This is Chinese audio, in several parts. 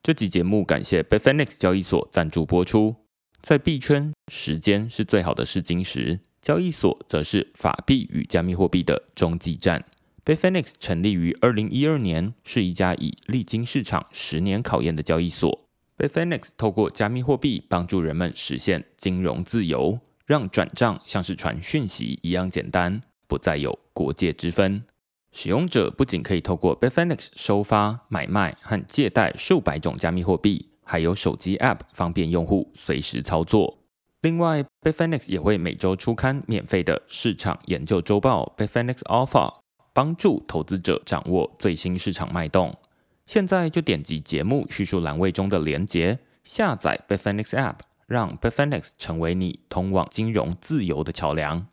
这集节目感谢 Bitfinex 交易所赞助播出。在币圈，时间是最好的试金石，交易所则是法币与加密货币的中继站。Bitfinex 成立于2012年，是一家已历经市场10年考验的交易所。Bitfinex 透过加密货币帮助人们实现金融自由，让转账像是传讯息一样简单，不再有国界之分。使用者不仅可以透过 Bitfinex 收发、买卖和借贷数百种加密货币，还有手机 App 方便用户随时操作。另外 Bitfinex 也会每周出刊免费的市场研究周报 Bitfinex Alpha， 帮助投资者掌握最新市场脉动。现在就点击节目叙述栏位中的连结，下载 Bitfinex App， 让 Bitfinex 成为你通往金融自由的桥梁。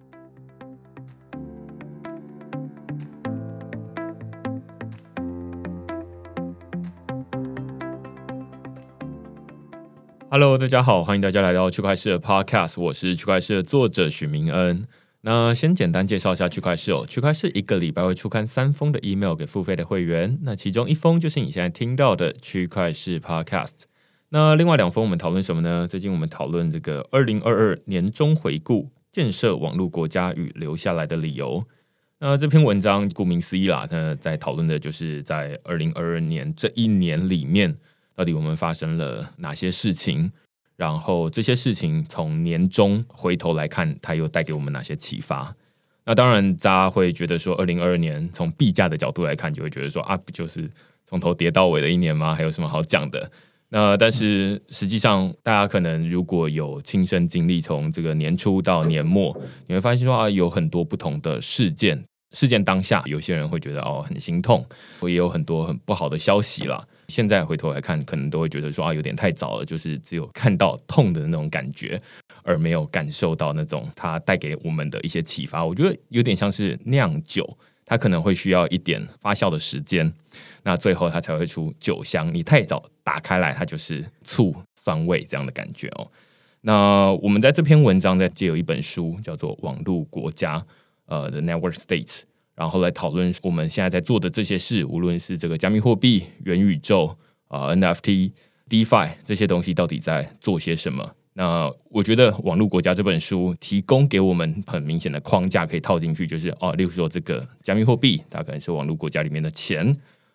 Hello， 大家好，欢迎大家来到区块市的 Podcast， 我是区块市的作者许明恩。那先简单介绍一下区块市区块市一个礼拜会出刊3封的 email 给付费的会员，那其中1封就是你现在听到的区块市 Podcast。那另外2封我们讨论什么呢？最近我们讨论这个2022年中回顾，建设网络国家与留下来的理由。那这篇文章顾名思义啦，那在讨论的就是在2022年这一年里面，到底我们发生了哪些事情，然后这些事情从年中回头来看，它又带给我们哪些启发。那当然大家会觉得说2022年从币价的角度来看，就会觉得说不就是从头跌到尾的一年吗？还有什么好讲的？那但是实际上大家可能如果有亲身经历，从这个年初到年末，你会发现说有很多不同的事件当下，有些人会觉得很心痛，也有很多很不好的消息啦。现在回头来看，可能都会觉得说有点太早了，就是只有看到痛的那种感觉，而没有感受到那种它带给我们的一些启发。我觉得有点像是酿酒，它可能会需要一点发酵的时间，那最后它才会出酒香。你太早打开来，它就是醋酸味这样的感觉那我们在这篇文章再借有一本书叫做《网络国家》The Network States，然后来讨论我们现在在做的这些事，无论是这个加密货币、元宇宙、NFT、DeFi 这些东西到底在做些什么。那我觉得《网络国家》这本书提供给我们很明显的框架可以套进去，就是例如说这个加密货币它可能是网络国家里面的钱，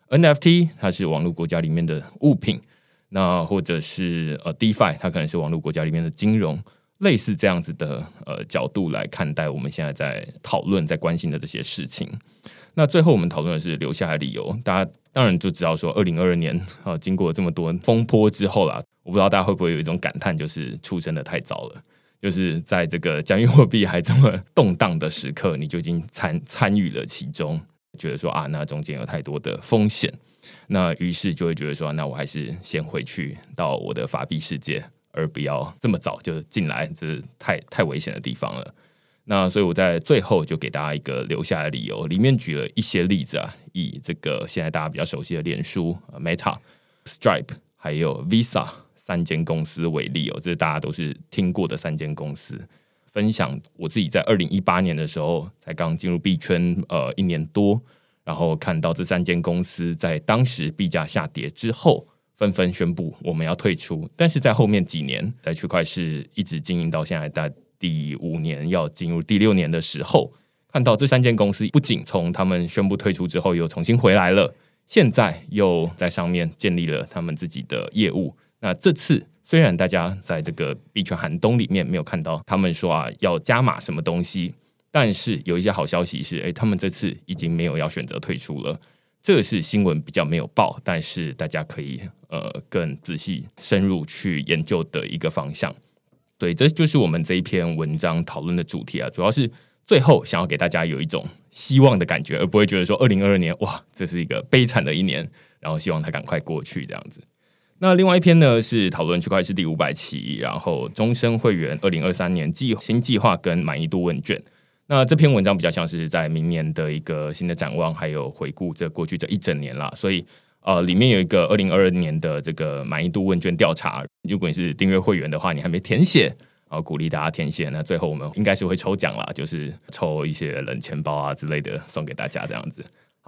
NFT 它是网络国家里面的物品，那或者是DeFi 它可能是网络国家里面的金融，类似这样子的角度来看待我们现在在讨论在关心的这些事情。那最后我们讨论的是留下来的理由，大家当然就知道说2022年经过这么多风波之后啦，我不知道大家会不会有一种感叹，就是出生的太早了，就是在这个加密货币还这么动荡的时刻，你就已经参与了其中，觉得说那中间有太多的风险，那于是就会觉得说那我还是先回去到我的法币世界，而不要这么早就进来，这是太危险的地方了。那所以我在最后就给大家一个留下来的理由，里面举了一些例子以这个现在大家比较熟悉的脸书、Meta、Stripe 还有 Visa 3间公司为例这是大家都是听过的3间公司。分享我自己在2018年的时候才刚进入币圈1年多，然后看到这3间公司在当时币价下跌之后纷纷宣布我们要退出，但是在后面几年，在区块市一直经营到现在在第5年要进入第6年的时候，看到这3间公司不仅从他们宣布退出之后又重新回来了，现在又在上面建立了他们自己的业务。那这次虽然大家在这个币圈寒冬里面没有看到他们说要加码什么东西，但是有一些好消息是他们这次已经没有要选择退出了。这个是新闻比较没有报，但是大家可以更仔细深入去研究的一个方向。所以这就是我们这一篇文章讨论的主题主要是最后想要给大家有一种希望的感觉，而不会觉得说2022年这是一个悲惨的一年，然后希望它赶快过去这样子。那另外一篇呢是讨论区块市第500期，然后终身会员2023年新计划跟满意度问卷。那这篇文章比较像是在明年的一个新的展望，还有回顾这过去这一整年啦，所以里面有一个2022年的这个满意度问卷调查，如果你是订阅会员的话，你还没填写，鼓励大家填写。那最后我们应该是会抽奖啦，就是抽一些冷钱包之类的送给大家这样子。好，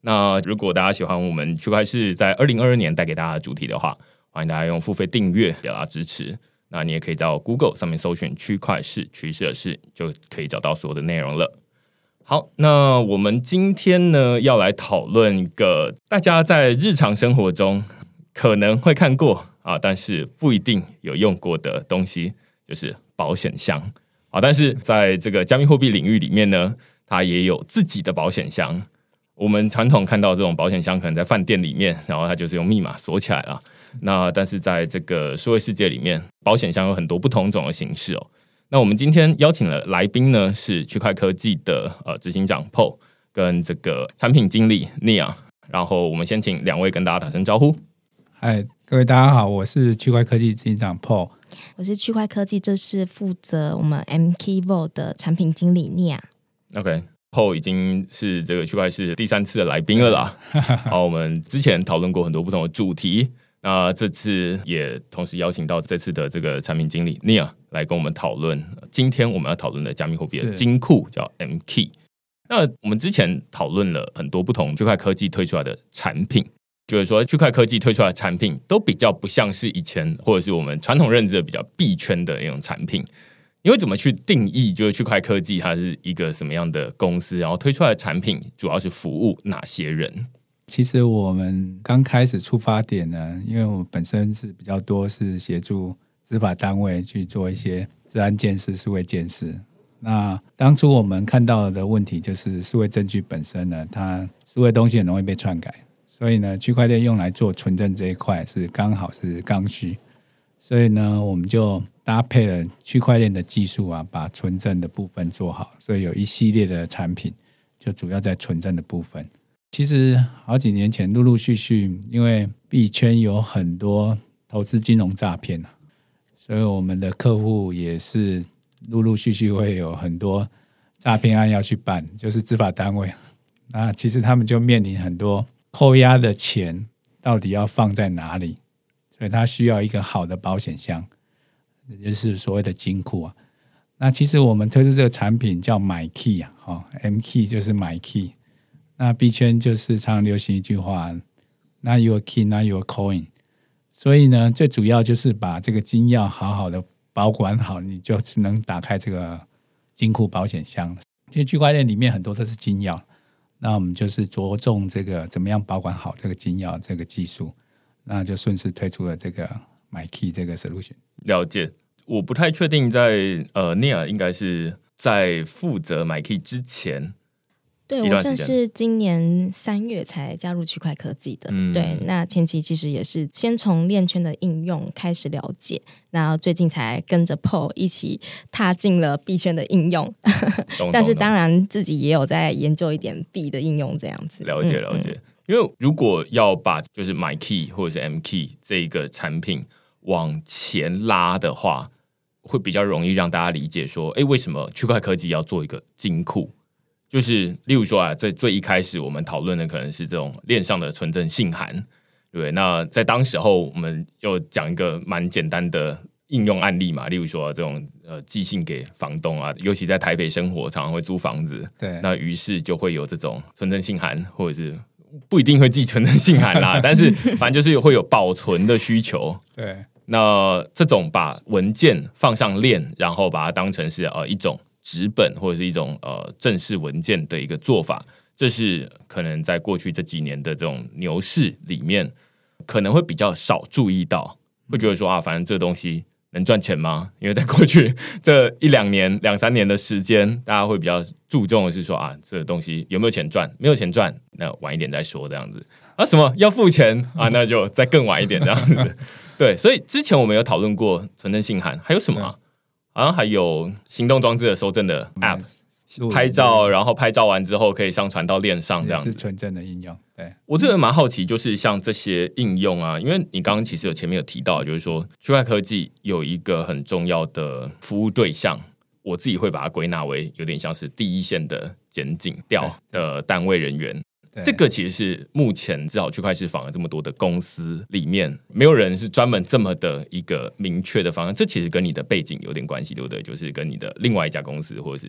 那如果大家喜欢我们区块市在2022年带给大家的主题的话，欢迎大家用付费订阅表达支持。那你也可以到 Google 上面搜寻区块市趋势的事，就可以找到所有的内容了。好，那我们今天呢要来讨论一个大家在日常生活中可能会看过但是不一定有用过的东西，就是保险箱但是在这个加密货币领域里面呢，它也有自己的保险箱。我们传统看到这种保险箱可能在饭店里面，然后它就是用密码锁起来了。那但是在这个数位世界里面，保险箱有很多不同种的形式那我们今天邀请了来宾呢，是区块科技的执行长 Paul 跟这个产品经理 Nia。然后我们先请两位跟大家打声招呼。 嗨，各位大家好，我是区块科技执行长 Paul。 我是区块科技，这是负责我们 MKey Vault 的产品经理 Nia。OK。Paul 已经是这个区块市第3次的来宾了啦。好，我们之前讨论过很多不同的主题，那这次也同时邀请到这次的这个产品经理 Nia 来跟我们讨论今天我们要讨论的加密货币的金库，叫 MKey。那我们之前讨论了很多不同区块科技推出来的产品，就是说区块科技推出来的产品都比较不像是以前或者是我们传统认知的比较币圈的那种产品。你会怎么去定义就是区块科技它是一个什么样的公司，然后推出来的产品主要是服务哪些人？ 其实我们刚开始出发点呢，因为我本身是比较多是协助执法单位去做一些治安监视、数位监视。那当初我们看到的问题就是数位证据本身呢，它数位东西很容易被篡改，所以呢，区块链用来做存证这一块是刚好是刚需。所以呢，我们就搭配了区块链的技术把存证的部分做好，所以有一系列的产品就主要在存证的部分。其实好几年前陆陆续续，因为币圈有很多投资金融诈骗所以我们的客户也是陆陆续续会有很多诈骗案要去办，就是执法单位。那其实他们就面临很多扣押的钱到底要放在哪里，所以他需要一个好的保险箱，也就是所谓的金库那其实我们推出这个产品叫 MyKey MKey 就是 MyKey。那币圈就是常常流行一句话 Not your key, not your coin。 所以呢，最主要就是把这个金钥好好的保管好，你就能打开这个金库保险箱。其实区块链里面很多都是金钥，那我们就是着重这个怎么样保管好这个金钥这个技术，那就顺势推出了这个 MyKey 这个 solution。 了解。我不太确定在Nia 应该是在负责 MyKey 之前， 对，我算是今年3月才加入区块科技的。对，那前期其实也是先从链圈的应用开始了解，然后最近才跟着 Paul 一起踏进了币圈的应用。但是当然自己也有在研究一点币的应用这样子。 了解了解。因为如果要把就是 MyKey 或者是 MKey 这个产品往前拉的话，会比较容易让大家理解说为什么区块科技要做一个金库。就是例如说在最一开始我们讨论的可能是这种链上的存证信函，对不对？那在当时候我们又讲一个蛮简单的应用案例嘛，例如说这种寄信给房东尤其在台北生活常常会租房子， 对， 那于是就会有这种存证信函，或者是不一定会寄存证信函啦但是反正就是会有保存的需求。 对， 那这种把文件放上链，然后把它当成是一种纸本或者是一种正式文件的一个做法，这是可能在过去这几年的这种牛市里面可能会比较少注意到，会觉得说反正这东西能赚钱吗？因为在过去这1-2年、2-3年的时间，大家会比较注重的是说这个东西有没有钱赚，没有钱赚那晚一点再说这样子什么要付钱那就再更晚一点这样子对，所以之前我们有讨论过存证信函，还有什么好像还有行动装置的收证的 App，拍照，然后拍照完之后可以上传到链上，这样子是存证的应用。对， 我这个蛮好奇，就是像这些应用因为你刚刚其实前面有提到，就是说区块科技有一个很重要的服务对象，我自己会把它归纳为有点像是第一线的检警调的单位人员。这个其实是目前至少区块市访了这么多的公司里面，没有人是专门这么的一个明确的方向。这其实跟你的背景有点关系，对不对？就是跟你的另外一家公司或者是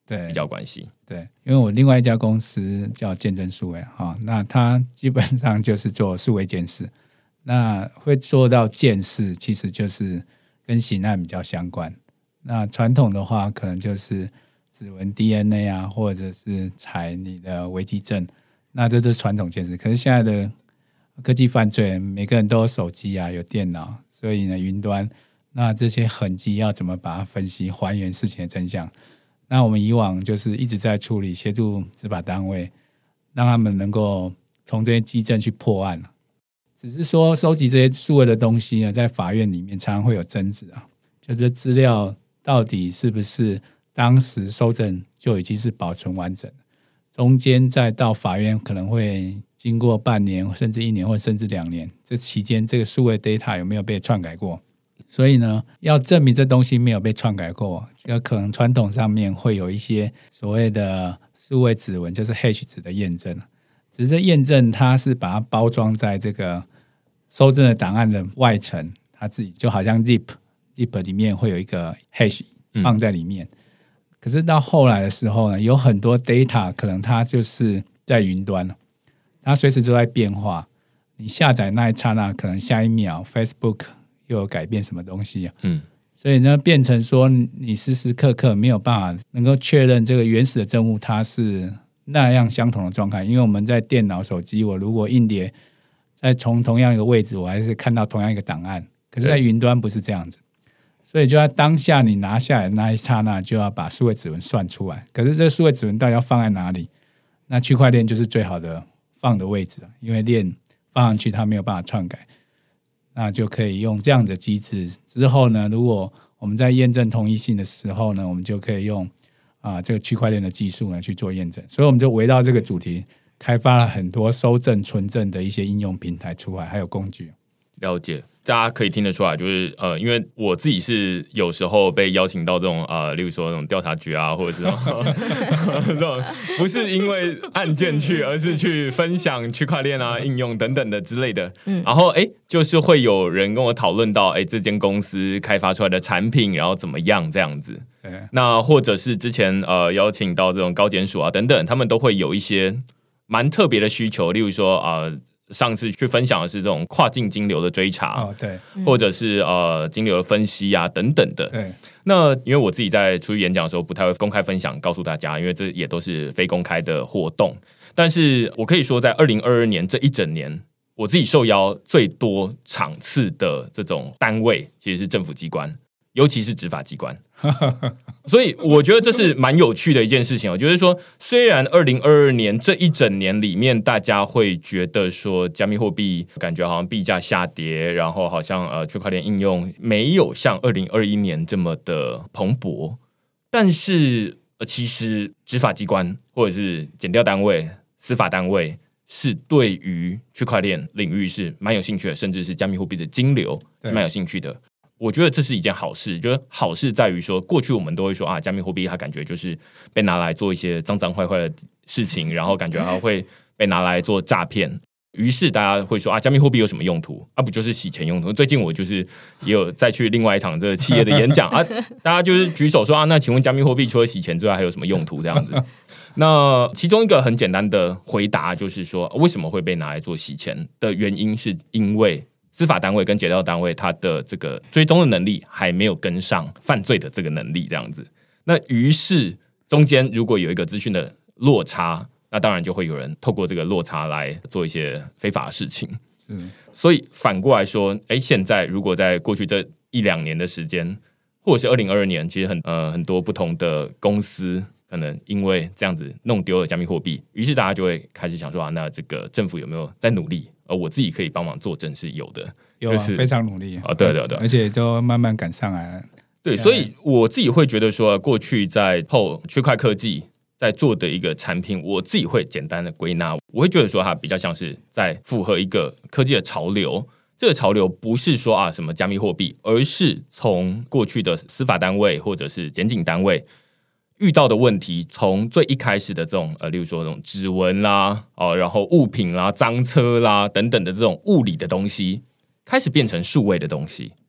比较关系。 对，因为我另外一家公司叫见证数位那它基本上就是做数位鉴识，那会做到鉴识其实就是跟刑案比较相关。那传统的话可能就是指纹 DNA 啊，或者是采你的微基证，那这都是传统鉴识。可是现在的科技犯罪，每个人都有手机啊，有电脑，所以呢云端，那这些痕迹要怎么把它分析还原事情的真相，那我们以往就是一直在处理，协助执法单位让他们能够从这些基证去破案。只是说收集这些数位的东西呢，在法院里面常常会有争执啊，就这资料到底是不是当时收证就已经是保存完整，中间再到法院可能会经过半年甚至1年或甚至2年，这期间这个数位 data 有没有被篡改过。所以呢，要证明这东西没有被篡改过，可能传统上面会有一些所谓的数位指纹，就是 hash 值的验证。只是这验证它是把它包装在这个收证的档案的外层，它自己就好像 zip 里面会有一个 hash 放在里面。可是到后来的时候呢，有很多 data 可能它就是在云端，它随时都在变化。你下载那一刹那，可能下一秒 Facebook 又有改变什么东西所以呢，变成说你时时刻刻没有办法能够确认这个原始的证物它是那样相同的状态。因为我们在电脑、手机，我如果硬碟在从同样一个位置，我还是看到同样一个档案，可是在云端不是这样子，所以就在当下你拿下来的那一刹那，就要把数位指纹算出来。可是这数位指纹到底要放在哪里？那区块链就是最好的放的位置，因为链放上去它没有办法篡改，那就可以用这样的机制。之后呢，如果我们在验证同一性的时候呢，我们就可以用这个区块链的技术呢去做验证。所以我们就围绕这个主题开发了很多收证存证的一些应用平台出来，还有工具。 了解，大家可以听得出来，就是因为我自己是有时候被邀请到这种例如说那种调查局啊，或者是这种不是因为案件去，而是去分享区块链啊应用等等的之类的。然后就是会有人跟我讨论到这间公司开发出来的产品，然后怎么样这样子。那或者是之前邀请到这种高检署啊等等，他们都会有一些蛮特别的需求，例如说上次去分享的是这种跨境金流的追查， 对， 或者是金流的分析啊等等的。 对， 那因为我自己在出去演讲的时候不太会公开分享告诉大家，因为这也都是非公开的活动。但是我可以说，在2022年这一整年，我自己受邀最多场次的这种单位其实是政府机关，尤其是执法机关。所以我觉得这是蛮有趣的一件事情。我觉得说，虽然2022年这一整年里面，大家会觉得说加密货币感觉好像币价下跌，然后好像区块链应用没有像2021年这么的蓬勃，但是其实执法机关或者是检调单位、司法单位是对于区块链领域是蛮有兴趣的，甚至是加密货币的金流是蛮有兴趣的。我觉得这是一件好事，就是好事在于说，过去我们都会说加密货币它感觉就是被拿来做一些脏脏坏坏的事情，然后感觉它会被拿来做诈骗。于是大家会说加密货币有什么用途？不就是洗钱用途？最近我就是也有再去另外一场这个企业的演讲大家就是举手说那请问加密货币除了洗钱之外还有什么用途？这样子。那其中一个很简单的回答就是说，为什么会被拿来做洗钱的原因，是因为司法单位跟检调单位它的这个追踪的能力还没有跟上犯罪的这个能力，这样子。那于是中间如果有一个资讯的落差，那当然就会有人透过这个落差来做一些非法的事情。所以反过来说，现在如果在过去这1-2年的时间，或者是2022年，其实很多不同的公司可能因为这样子弄丢了加密货币，于是大家就会开始想说那这个政府有没有在努力？我自己可以帮忙作证是有的， 有非常努力对， 而且都慢慢赶上来了。 对，所以我自己会觉得说，过去在区块科技在做的一个产品，我自己会简单的归纳，我会觉得说它比较像是在符合一个科技的潮流。这个潮流不是说什么加密货币，而是从过去的司法单位或者是检警单位遇到的问题，从最一开始的这种例如说这种指纹啦然后物品啦、赃车啦等等的这种物理的东西，开始变成数位的东西。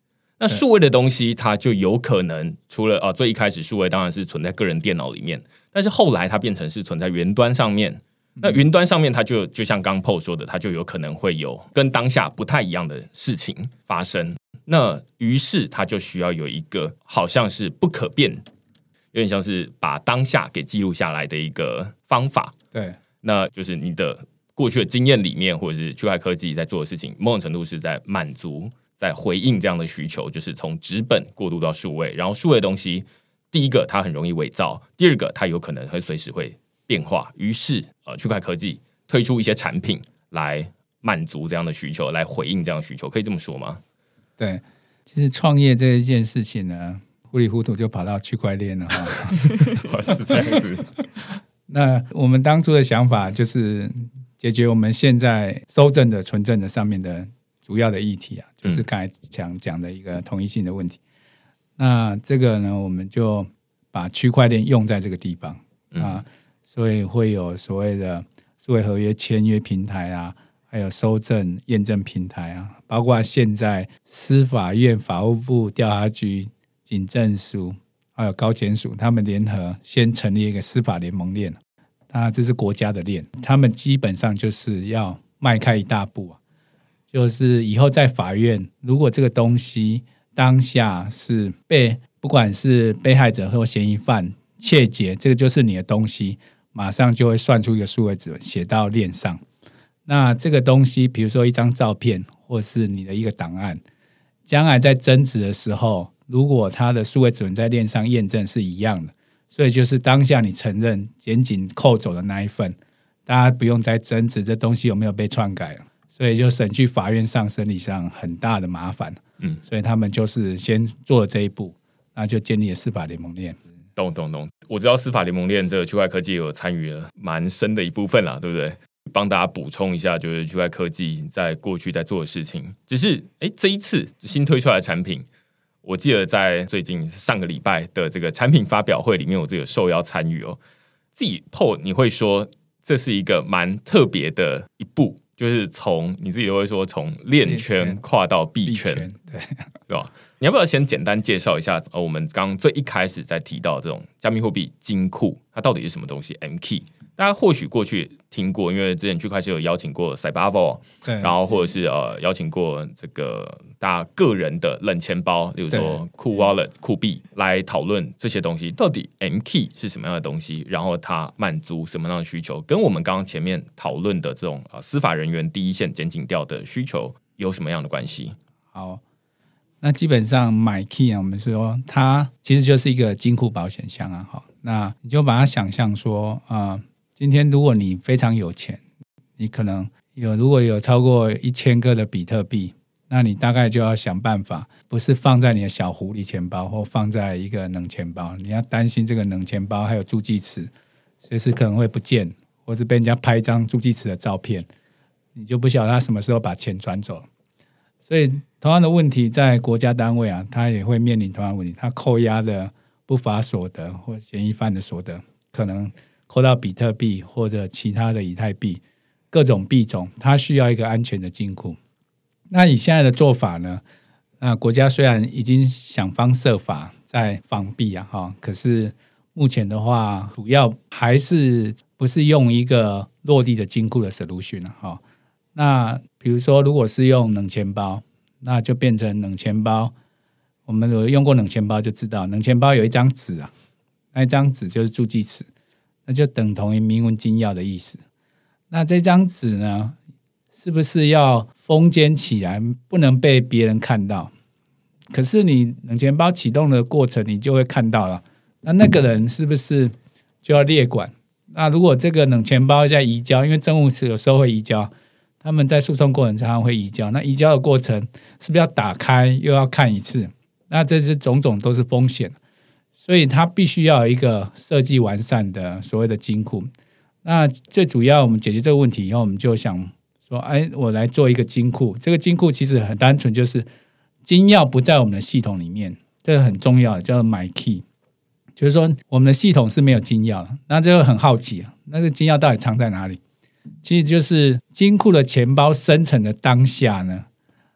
那数位的东西它就有可能除了最一开始数位当然是存在个人电脑里面，但是后来它变成是存在云端上面。那云端上面它就像刚 Paul 说的，它就有可能会有跟当下不太一样的事情发生。那于是它就需要有一个好像是不可变，有点像是把当下给记录下来的一个方法。 对， 那就是你的过去的经验里面，或者是区块科技在做的事情，某种程度是在满足、在回应这样的需求，就是从纸本过渡到数位。然后数位的东西，第一个它很容易伪造，第二个它有可能会随时会变化。于是区块科技推出一些产品来满足这样的需求，来回应这样的需求，可以这么说吗？ 对，其实创业这一件事情呢，糊里糊涂就跑到区块链了是这样子。 那我们当初的想法就是解决我们现在收证的存证的上面的主要的议题啊，就是刚才讲的一个统一性的问题。那这个呢，我们就把区块链用在这个地方啊，所以会有所谓的数位合约签约平台啊，还有收证验证平台啊，包括现在司法院、法务部、调查局、警政署还有高检署，他们联合先成立一个司法联盟链，这是国家的链，他们基本上就是要迈开一大步，就是以后在法院，如果这个东西当下是不管是被害者或嫌疑犯窃劫，这个就是你的东西，马上就会算出一个数位指纹写到链上。那这个东西比如说一张照片或是你的一个档案，将来在争执的时候，如果它的数位指纹在链上验证是一样的，所以就是当下你承认检警扣走的那一份，大家不用再争执这东西有没有被篡改了，所以就省去法院上审理上很大的麻烦。所以他们就是先做了这一步，那就建立了司法联盟链。 懂，我知道司法联盟链这个区块科技有参与了蛮深的一部分啦，对不对？帮大家补充一下，就是区块科技在过去在做的事情。只是这一次新推出来的产品，我记得在最近上个礼拜的这个产品发表会里面，我自己有受邀参与哦。自己 Paul 你会说这是一个蛮特别的一步，就是你自己都会说从链圈跨到币圈， 对， 是吧？你要不要先简单介绍一下我们刚最一开始在提到这种加密货币金库，它到底是什么东西 ？MKey， 大家或许过去听过，因为之前区块链有邀请过 Cybervo， 然后或者是邀请过这个大家个人的冷钱包，例如说酷 Wallet、酷币来讨论这些东西，到底 MKey 是什么样的东西，然后它满足什么样的需求，跟我们刚刚前面讨论的这种司法人员第一线检警调的需求有什么样的关系？ 好。那基本上MyKey我们说它其实就是一个金库保险箱啊。好，那你就把它想象说今天如果你非常有钱，你可能如果有超过1000个的比特币，那你大概就要想办法，不是放在你的小狐狸钱包或放在一个冷钱包，你要担心这个冷钱包还有助记词随时可能会不见，或是被人家拍一张助记词的照片，你就不晓得他什么时候把钱转走。所以同样的问题在国家单位他也会面临同样的问题，他扣押的不法所得或嫌疑犯的所得可能扣到比特币或者其他的以太币，各种币种，它需要一个安全的金库。那以现在的做法呢，国家虽然已经想方设法在防弊可是目前的话主要还是不是用一个落地的金库的 solution。那比如说如果是用冷钱包，那就变成冷钱包，我们有用过冷钱包就知道，冷钱包有一张纸那一张纸就是助记词，那就等同于明文金钥的意思。那这张纸呢，是不是要封缄起来，不能被别人看到？可是你冷钱包启动的过程你就会看到了，那个人是不是就要列管？那如果这个冷钱包在移交，因为政务室有时候会移交，他们在诉讼过程常常会移交，那移交的过程是不是要打开又要看一次？那这是种种都是风险，所以它必须要有一个设计完善的所谓的金库。那最主要我们解决这个问题以后，我们就想说我来做一个金库。这个金库其实很单纯，就是金钥不在我们的系统里面，这个很重要，叫做 MyKey， 就是说我们的系统是没有金钥，那就很好奇那个金钥到底藏在哪里？其实就是金库的钱包生成的当下呢，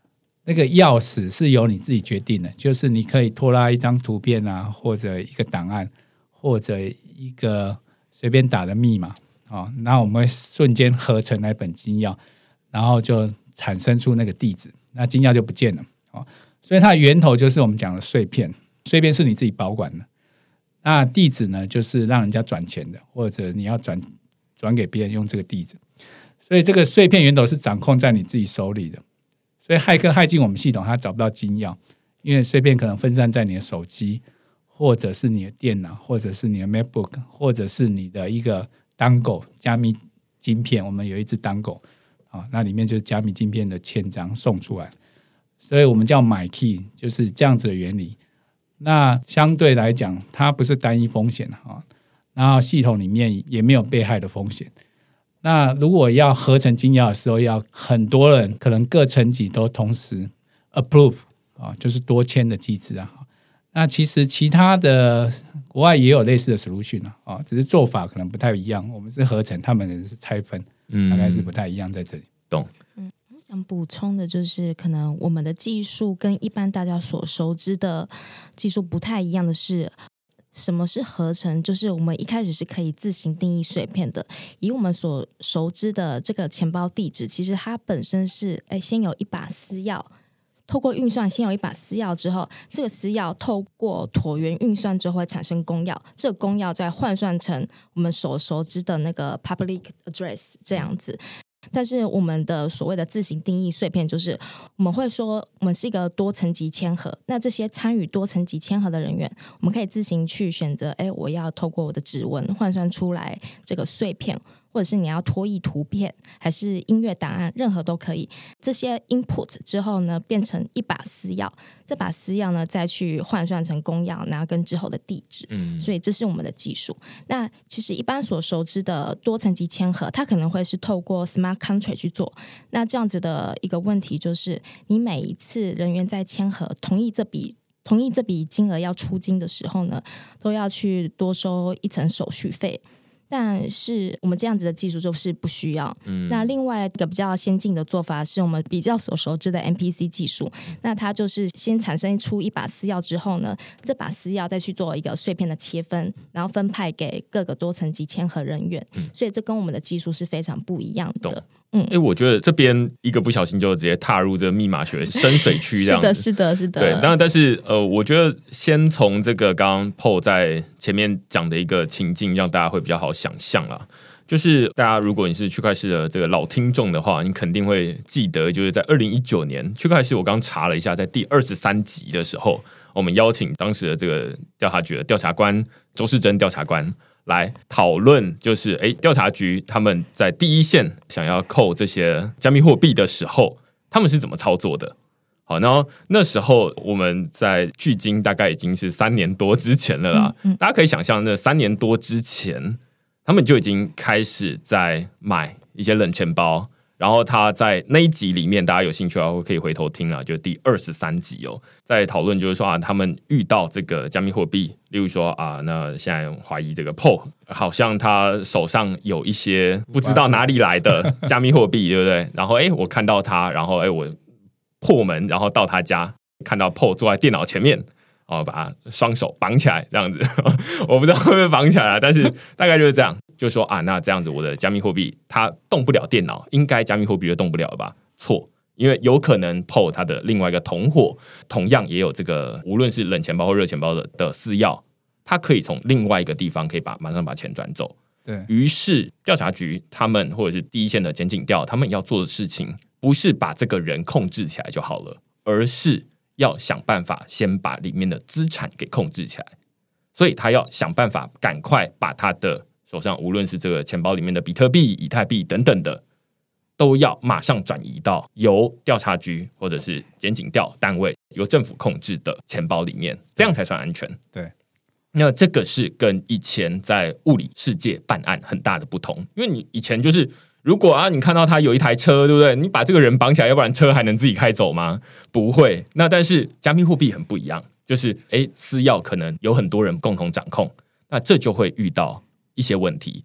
那个钥匙是由你自己决定的，就是你可以拖拉一张图片啊，或者一个档案，或者一个随便打的密码，那我们会瞬间合成那本金钥，然后就产生出那个地址，那金钥就不见了。所以它的源头就是我们讲的碎片，碎片是你自己保管的，那地址呢就是让人家转钱的，或者你要转给别人用这个地址。所以这个碎片源头是掌控在你自己手里的，所以骇客骇进我们系统，他找不到金钥，因为碎片可能分散在你的手机，或者是你的电脑，或者是你的 MacBook， 或者是你的一个 Dango 加密晶片，我们有一只 Dango，那里面就是加密晶片的签章送出来，所以我们叫买 key， 就是这样子的原理。那相对来讲它不是单一风险，然后系统里面也没有被害的风险。那如果要合成金钥的时候，要很多人可能各层级都同时 approve， 就是多签的机制啊。那其实其他的国外也有类似的 solution 只是做法可能不太一样，我们是合成，他们可能是拆分，大概是不太一样在这里。 懂。 我想补充的就是，可能我们的技术跟一般大家所熟知的技术不太一样的是，什么是合成？就是我们一开始是可以自行定义碎片的。以我们所熟知的这个钱包地址，其实它本身是先有一把私钥，透过运算先有一把私钥之后，这个私钥透过椭圆运算之后会产生公钥，这个公钥再换算成我们所熟知的那个 public address 这样子。但是我们的所谓的自行定义碎片，就是我们会说我们是一个多层级签合，那这些参与多层级签合的人员，我们可以自行去选择我要透过我的指纹换算出来这个碎片，或者是你要拖曳图片还是音乐档案，任何都可以。这些 input 之后呢，变成一把私钥，这把私钥呢再去换算成公钥，然后跟之后的地址。所以这是我们的技术。那其实一般所熟知的多层级签合，它可能会是透过 smart contract 去做。那这样子的一个问题就是，你每一次人员在签合同意这笔金额要出金的时候呢，都要去多收一层手续费。但是我们这样子的技术就是不需要。那另外一个比较先进的做法是我们比较所熟知的 MPC 技术。那它就是先产生出一把私钥之后呢，这把私钥再去做一个碎片的切分，然后分派给各个多层级签合人员。所以这跟我们的技术是非常不一样的。 我觉得这边一个不小心就直接踏入这密码学深水区这样子。 是的。 对，当然，但是我觉得先从这个刚刚 Paul 在前面讲的一个情境，让大家会比较好想象啦。就是大家如果你是区块市的这个老听众的话，你肯定会记得，就是在2019年区块市，我刚查了一下，在第23集的时候，我们邀请当时的这个调查局的调查官周世珍调查官来讨论，就是调查局他们在第一线想要扣这些加密货币的时候，他们是怎么操作的。好，然后那时候我们在距今大概已经是3年多之前了啦。大家可以想象，那3年多之前，他们就已经开始在买一些冷钱包。然后他在那一集里面，大家有兴趣的话可以回头听啦，就第23集在讨论就是说他们遇到这个加密货币，例如说那现在怀疑这个 Paul 好像他手上有一些不知道哪里来的加密货币，对不对？然后我看到他，然后我破门，然后到他家，看到 Paul 坐在电脑前面。把他双手绑起来这样子我不知道会不会绑起来但是大概就是这样，就说那这样子我的加密货币它动不了电脑，应该加密货币就动不了了吧？错，因为有可能 Paul 他的另外一个同伙同样也有这个无论是冷钱包或热钱包的私钥，他可以从另外一个地方可以马上把钱转走。 对， 于是调查局他们或者是第一线的检警调，他们要做的事情不是把这个人控制起来就好了，而是要想办法先把里面的资产给控制起来。所以他要想办法赶快把他的手上无论是这个钱包里面的比特币、以太币等等的，都要马上转移到由调查局或者是检警调单位由政府控制的钱包里面，这样才算安全。 对， 那这个是跟以前在物理世界办案很大的不同，因为你以前就是如果你看到他有一台车，对不对？你把这个人绑起来，要不然车还能自己开走吗？不会。那但是加密货币很不一样，就是私钥可能有很多人共同掌控，那这就会遇到一些问题。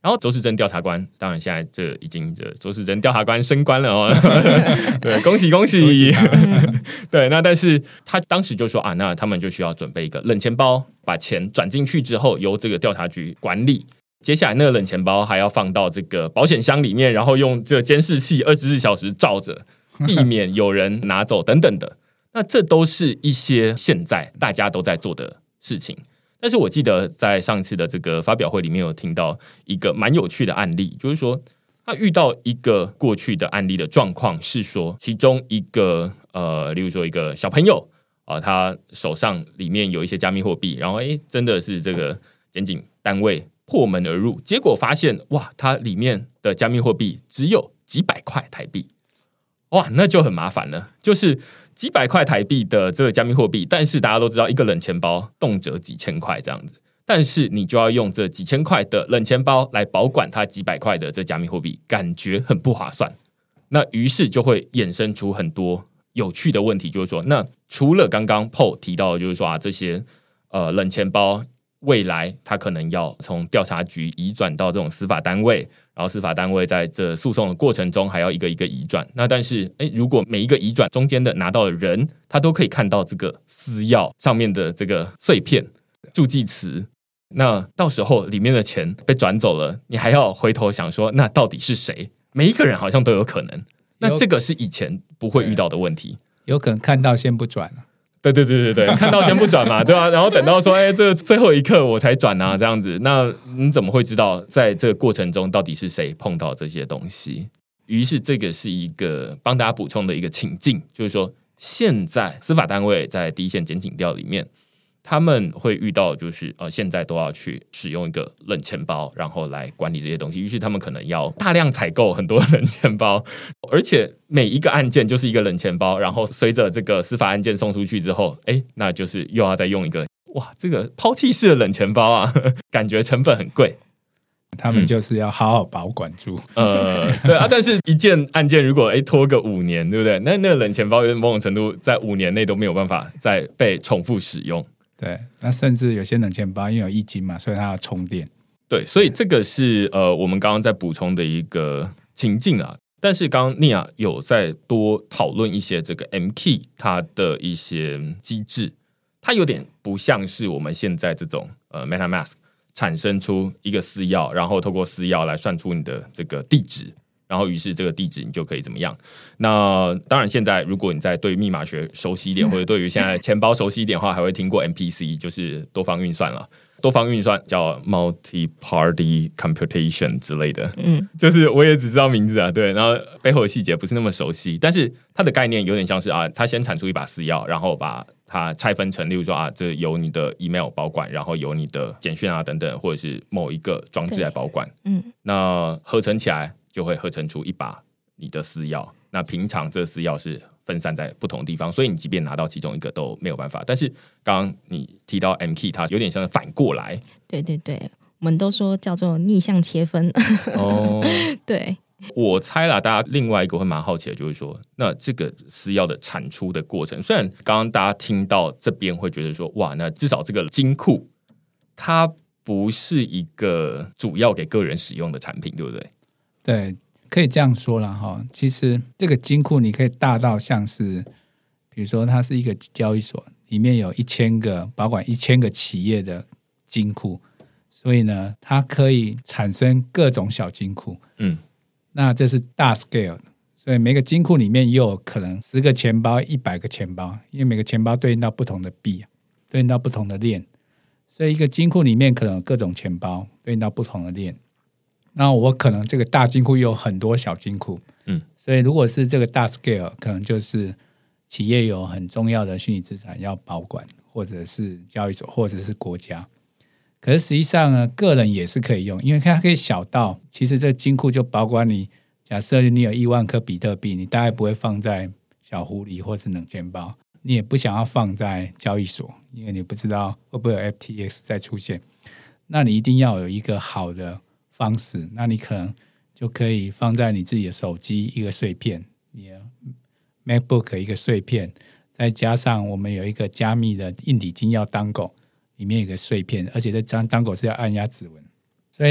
然后周世珍调查官，当然现在这已经周世珍调查官升官了哦，对，恭喜恭喜！对，那但是他当时就说啊，那他们就需要准备一个冷钱包，把钱转进去之后，由这个调查局管理。接下来那个冷钱包还要放到这个保险箱里面，然后用这个监视器24小时照着，避免有人拿走等等的。那这都是一些现在大家都在做的事情。但是我记得在上次的这个发表会里面有听到一个蛮有趣的案例，就是说他遇到一个过去的案例的状况是说，其中一个例如说一个小朋友他手上里面有一些加密货币，然后真的是这个检警单位破门而入，结果发现哇，它里面的加密货币只有几百块台币，哇，那就很麻烦了，就是几百块台币的这个加密货币，但是大家都知道一个冷钱包动辄几千块这样子，但是你就要用这几千块的冷钱包来保管它几百块的这加密货币，感觉很不划算。那于是就会衍生出很多有趣的问题，就是说，那除了刚刚 Paul 提到的，就是说这些冷钱包未来它可能要从调查局移转到这种司法单位，然后司法单位在这诉讼的过程中还要一个一个移转。那但是如果每一个移转中间的拿到的人，他都可以看到这个私钥上面的这个碎片助记词，那到时候里面的钱被转走了，你还要回头想说，那到底是谁？每一个人好像都有可能。那这个是以前不会遇到的问题， 有可能看到先不转了。 对，看到先不转嘛，对啊，然后等到说，这最后一刻我才转啊，这样子，那你怎么会知道在这个过程中到底是谁碰到这些东西？于是这个是一个帮大家补充的一个情境，就是说，现在司法单位在第一线检警调里面，他们会遇到就是现在都要去使用一个冷钱包，然后来管理这些东西，于是他们可能要大量采购很多冷钱包，而且每一个案件就是一个冷钱包，然后随着这个司法案件送出去之后，那就是又要再用一个这个抛弃式的冷钱包啊，感觉成本很贵。 他们就是要好好保管住。 对啊，但是一件案件如果拖个5年，对不对？那个冷钱包有某种程度在5年内都没有办法再被重复使用。 对，那甚至有些冷钱包因为有液晶嘛，所以它要充电。 对，所以这个是我们刚刚在补充的一个情境啊。但是刚刚尼亚有在多讨论一些这个 M-Key 它的一些机制，它有点不像是我们现在这种MetaMask 产生出一个私钥，然后透过私钥来算出你的这个地址，然后于是这个地址你就可以怎么样。那当然现在如果你在对密码学熟悉一点，或者对于现在钱包熟悉一点的话，还会听过 MPC， 就是多方运算了。多方运算叫 multi-party computation 之类的，就是我也只知道名字啊，对，然后背后的细节不是那么熟悉，但是它的概念有点像是它先产出一把私钥，然后把它拆分成，例如说这由你的 email 保管，然后由你的简讯等等，或者是某一个装置来保管，那合成起来就会合成出一把你的私钥。那平常这私钥是分散在不同地方，所以你即便拿到其中一个都没有办法。但是刚刚你提到 M-Key， 它有点像反过来。 对，我们都说叫做逆向切分。对， 我猜啦，大家另外一个会蛮好奇的，就是说，那这个私钥的产出的过程，虽然刚刚大家听到这边会觉得说，哇，那至少这个金库它不是一个主要给个人使用的产品，对不对？ 对。可以这样说啦哈，其实这个金库你可以大到像是，比如说它是一个交易所，里面有1000个保管1000个企业的金库，所以呢，它可以产生各种小金库。那这是大 scale 的，所以每个金库里面又有可能10个钱包、100个钱包，因为每个钱包对应到不同的币，对应到不同的链，所以一个金库里面可能有各种钱包对应到不同的链。那我可能这个大金库又有很多小金库，所以如果是这个大 scale， 可能就是企业有很重要的虚拟资产要保管，或者是交易所，或者是国家。可是实际上呢，个人也是可以用，因为它可以小到，其实这金库就保管你，假设你有1万颗比特币，你大概不会放在小狐狸或是冷钱包，你也不想要放在交易所，因为你不知道会不会有 FTX 再出现，那你一定要有一个好的方式，那你可能就可以放在你自己的手机一个碎片，你的 MacBook 一个碎片，再加上我们有一个加密的硬体金钥Dango，里面有一个碎片，而且这张Dango是要按压指纹，所以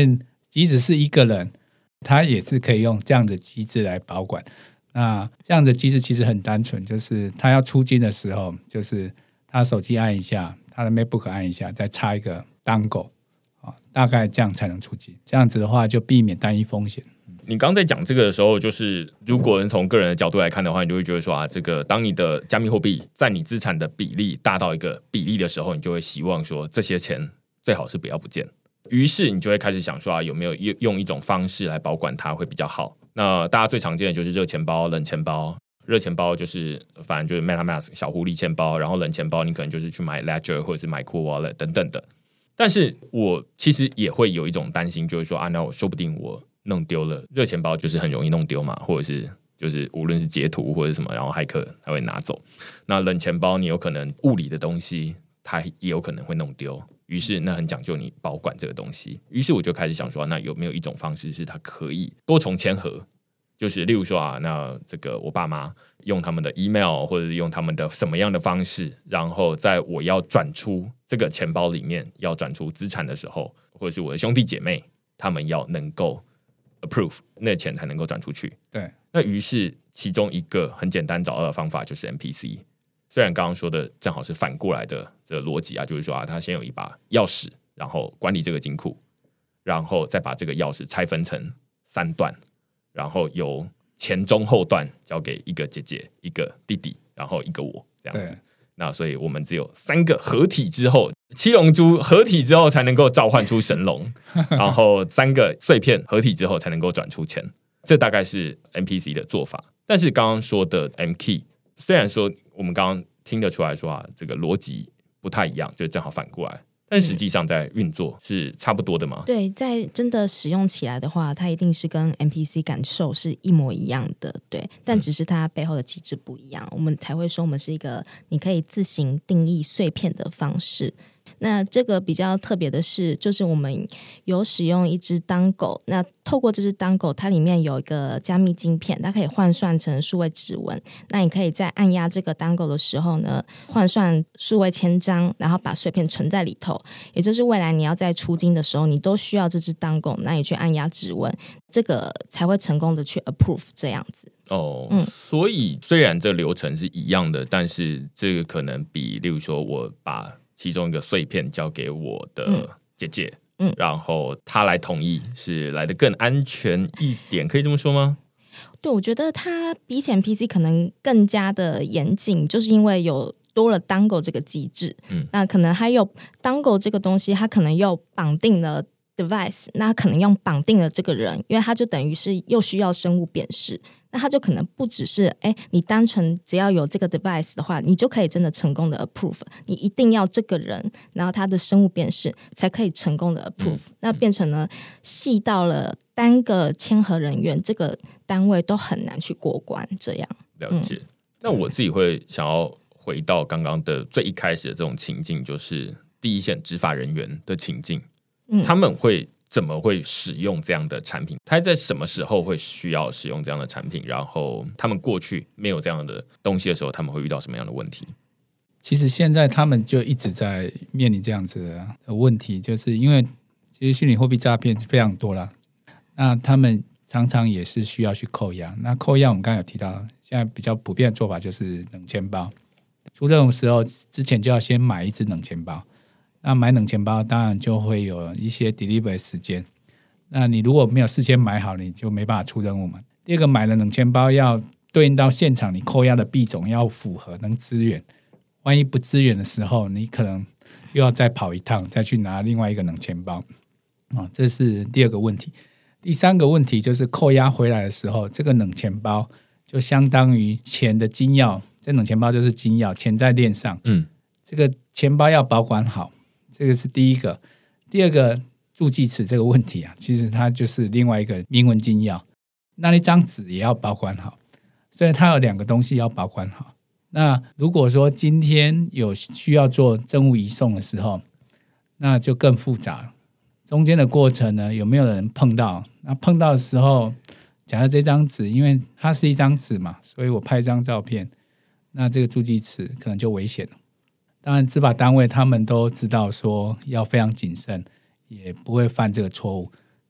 即使是一个人，他也是可以用这样的机制来保管。那这样的机制其实很单纯，就是他要出金的时候，就是他手机按一下，他的 MacBook 按一下，再插一个 Dongle，大概这样才能出金。这样子的话就避免单一风险。 你刚在讲这个的时候，就是如果从个人的角度来看的话，你就会觉得说这个当你的加密货币在你资产的比例大到一个比例的时候，你就会希望说这些钱最好是不要不见。于是你就会开始想说有没有用一种方式来保管它会比较好。那大家最常见的就是热钱包、冷钱包。热钱包就是反正就是 MetaMask 小狐狸钱包，然后冷钱包你可能就是去买 Ledger 或者是买 Cool Wallet 等等的。但是我其实也会有一种担心，就是说那我说不定我弄丢了。热钱包就是很容易弄丢嘛，或者是就是无论是截图或者什么，然后骇客他会拿走。那冷钱包你有可能物理的东西它也有可能会弄丢，于是那很讲究你保管这个东西。于是我就开始想说那有没有一种方式是它可以多重签合，就是例如说那这个我爸妈用他们的 email 或者是用他们的什么样的方式，然后在我要转出这个钱包里面要转出资产的时候，或者是我的兄弟姐妹他们要能够 approve 那钱才能够转出去。 对， 那于是其中一个很简单找到的方法就是 MPC。虽然刚刚说的正好是反过来的这个逻辑就是说他先有一把钥匙，然后管理这个金库，然后再把这个钥匙拆分成3段，然后由前中后段交给一个姐姐、一个弟弟，然后一个我这样子。那所以我们只有3个合体之后，7龙珠合体之后才能够召唤出神龙，然后3个碎片合体之后才能够转出钱。这大概是 MPC 的做法。但是刚刚说的 MKey， 虽然说我们刚刚听得出来说这个逻辑不太一样，就正好反过来，但实际上在运作是差不多的吗？ 对，在真的使用起来的话，它一定是跟 MPC 感受是一模一样的，对，但只是它背后的机制不一样，我们才会说我们是一个你可以自行定义碎片的方式。那这个比较特别的是，就是我们有使用一支 Dongle， 那透过这支 Dongle， 它里面有一个加密晶片，它可以换算成数位指纹。那你可以在按压这个 Dongle 的时候呢，换算数位签章，然后把碎片存在里头。也就是未来你要在出金的时候，你都需要这支 Dongle， 那你去按压指纹，这个才会成功的去 approve 这样子。 所以虽然这流程是一样的，但是这个可能比例如说我把其中一个碎片交给我的姐姐，然后她来同意是来得更安全一点，可以这么说吗？ 对，我觉得它比起 MPC 可能更加的严谨，就是因为有多了 Dongle 这个机制，那可能还有 Dongle 这个东西，它可能又绑定了 device， 那可能用绑定了这个人，因为它就等于是又需要生物辨识。那它就可能不只是你单纯只要有这个 device 的话，你就可以真的成功的 approve， 你一定要这个人然后他的生物辨识才可以成功的 approve，那变成了细到了单个签合人员这个单位都很难去过关这样。 了解。那我自己会想要回到刚刚的最一开始的这种情境，就是第一线执法人员的情境，他们会怎么会使用这样的产品？他在什么时候会需要使用这样的产品？然后他们过去没有这样的东西的时候，他们会遇到什么样的问题？ 其实现在他们就一直在面临这样子的问题，就是因为其实虚拟货币诈骗非常多啦，那他们常常也是需要去扣押。那扣押我们刚才有提到，现在比较普遍的做法就是冷钱包。出这种时候之前就要先买一支冷钱包。那买冷钱包当然就会有一些 delivery 时间，那你如果没有事先买好，你就没办法出任务嘛。第二个，买了冷钱包要对应到现场你扣押的币种要符合能支援，万一不支援的时候，你可能又要再跑一趟，再去拿另外一个冷钱包，这是第二个问题。第三个问题就是扣押回来的时候，这个冷钱包就相当于钱的金钥，这冷钱包就是金钥，钱在链上，这个钱包要保管好，这个是第一个。第二个，助记词这个问题其实它就是另外一个明文金钥，那一张纸也要保管好，所以它有2个东西要保管好。那如果说今天有需要做证物移送的时候，那就更复杂了。中间的过程呢，有没有人碰到？那碰到的时候，假设这张纸，因为它是一张纸嘛，所以我拍一张照片，那这个助记词可能就危险了。当然执法单位他们都知道说要非常谨慎，也不会犯这个错误，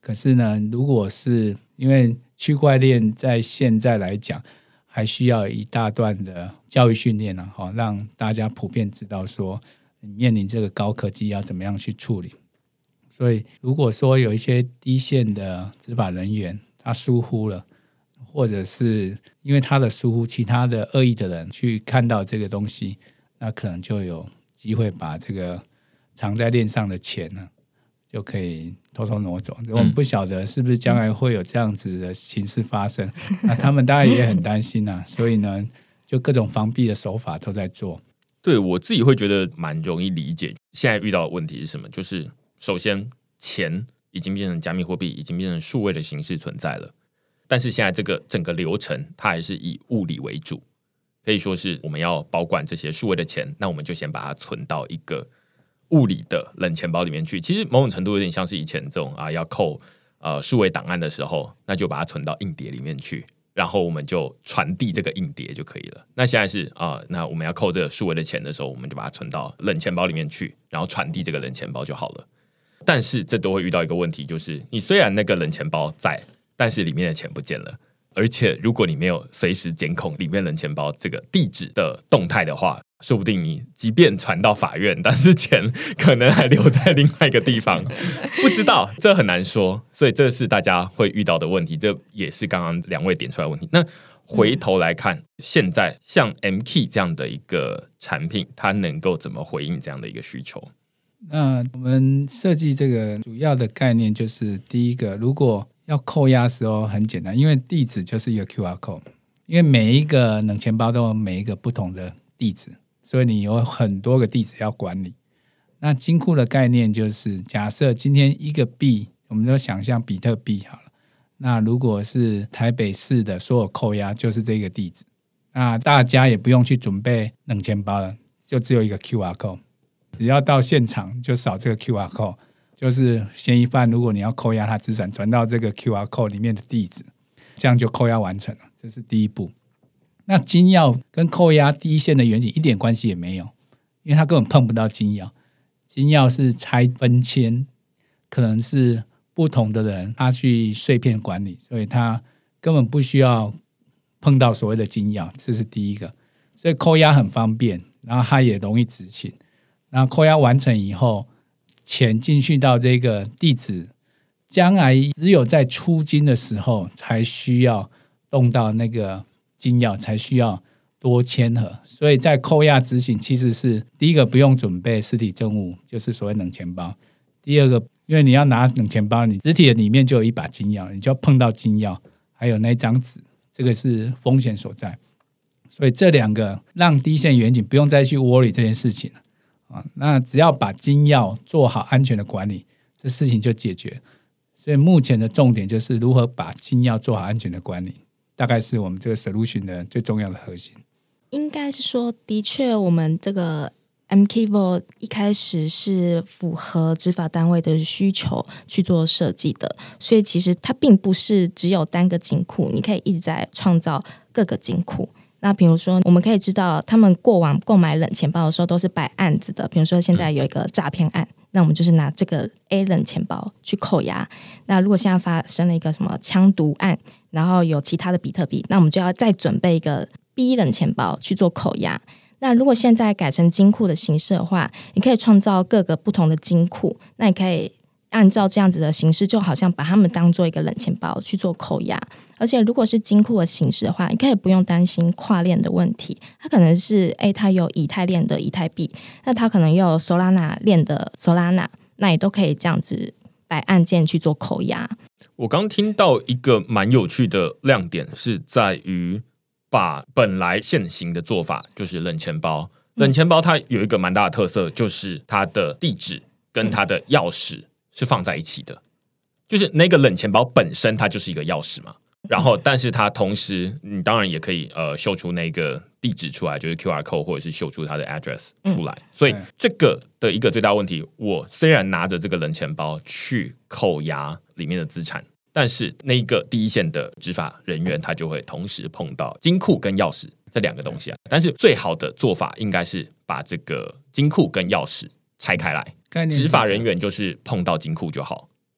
可是呢，如果是因为区块链在现在来讲还需要一大段的教育训练让大家普遍知道说你面临这个高科技要怎么样去处理。所以如果说有一些低线的执法人员他疏忽了，或者是因为他的疏忽，其他的恶意的人去看到这个东西，那可能就有机会把这个藏在链上的钱呢就可以偷偷挪走。我们不晓得是不是将来会有这样子的形式发生，那他们当然也很担心所以呢就各种防避的手法都在做。 对，我自己会觉得蛮容易理解现在遇到的问题是什么，就是首先钱已经变成加密货币，已经变成数位的形式存在了，但是现在这个整个流程它还是以物理为主，可以说是我们要保管这些数位的钱，那我们就先把它存到一个物理的冷钱包里面去。其实某种程度有点像是以前这种要扣数位档案的时候，那就把它存到硬碟里面去，然后我们就传递这个硬碟就可以了。那现在是那我们要扣这个数位的钱的时候，我们就把它存到冷钱包里面去，然后传递这个冷钱包就好了。但是这都会遇到一个问题，就是你虽然那个冷钱包在，但是里面的钱不见了，而且如果你没有随时监控里面冷钱包这个地址的动态的话，说不定你即便传到法院，但是钱可能还留在另外一个地方，不知道，这很难说。所以这是大家会遇到的问题，这也是刚刚两位点出来的问题。那回头来看，现在像 MKey 这样的一个产品，它能够怎么回应这样的一个需求？ 那我们设计这个主要的概念就是，第一个，如果要扣押的时候很简单，因为地址就是一个 QR code， 因为每一个冷钱包都有每一个不同的地址，所以你有很多个地址要管理。那金库的概念就是，假设今天一个币，我们就想象比特币好了，那如果是台北市的所有扣押就是这个地址，那大家也不用去准备冷钱包了，就只有一个 QR code， 只要到现场就扫这个 QR code， 就是嫌疑犯如果你要扣押他资产，传到这个 QR code 里面的地址，这样就扣押完成了，这是第一步。那金钥跟扣押第一线的远景一点关系也没有，因为他根本碰不到金钥，金钥是拆分签，可能是不同的人他去碎片管理，所以他根本不需要碰到所谓的金钥，这是第一个。所以扣押很方便，然后它也容易执行。然后扣押完成以后，钱进去到这个地址，将来只有在出金的时候才需要动到那个金钥，才需要多签核。所以在扣押执行其实是第一个不用准备实体证物，就是所谓冷钱包。第二个，因为你要拿冷钱包，你实体的里面就有一把金钥，你就要碰到金钥还有那张纸，这个是风险所在。所以这两个让第一线远景不用再去 worry 这件事情了那只要把金钥做好安全的管理，这事情就解决。所以目前的重点就是如何把金钥做好安全的管理，大概是我们这个 solution 的最重要的核心。 应该是说，的确我们这个 MKey Vault 一开始是符合执法单位的需求去做设计的，所以其实它并不是只有单个金库，你可以一直在创造各个金库。那比如说我们可以知道他们过往购买冷钱包的时候都是摆案子的，比如说现在有一个诈骗案，那我们就是拿这个 A 冷钱包去扣押。那如果现在发生了一个什么枪毒案，然后有其他的比特币，那我们就要再准备一个 B 冷钱包去做扣押。那如果现在改成金库的形式的话，你可以创造各个不同的金库，那你可以按照这样子的形式，就好像把它们当做一个冷钱包去做扣押。而且如果是金库的形式的话，你可以不用担心跨链的问题，它可能是它有以太链的以太币，那它可能又有 Solana 链的 Solana， 那也都可以这样子摆按键去做扣押。 我刚听到一个蛮有趣的亮点，是在于把本来现行的做法，就是冷钱包，冷钱包它有一个蛮大的特色，就是它的地址跟它的钥匙是放在一起的，就是那个冷钱包本身它就是一个钥匙嘛，然后但是它同时你当然也可以秀出那个地址出来，就是 QR code 或者是秀出它的 address 出来。所以这个的一个最大问题，我虽然拿着这个冷钱包去扣押里面的资产，但是那个第一线的执法人员他就会同时碰到金库跟钥匙这两个东西但是最好的做法应该是把这个金库跟钥匙拆开来，执法人员就是碰到金库就好，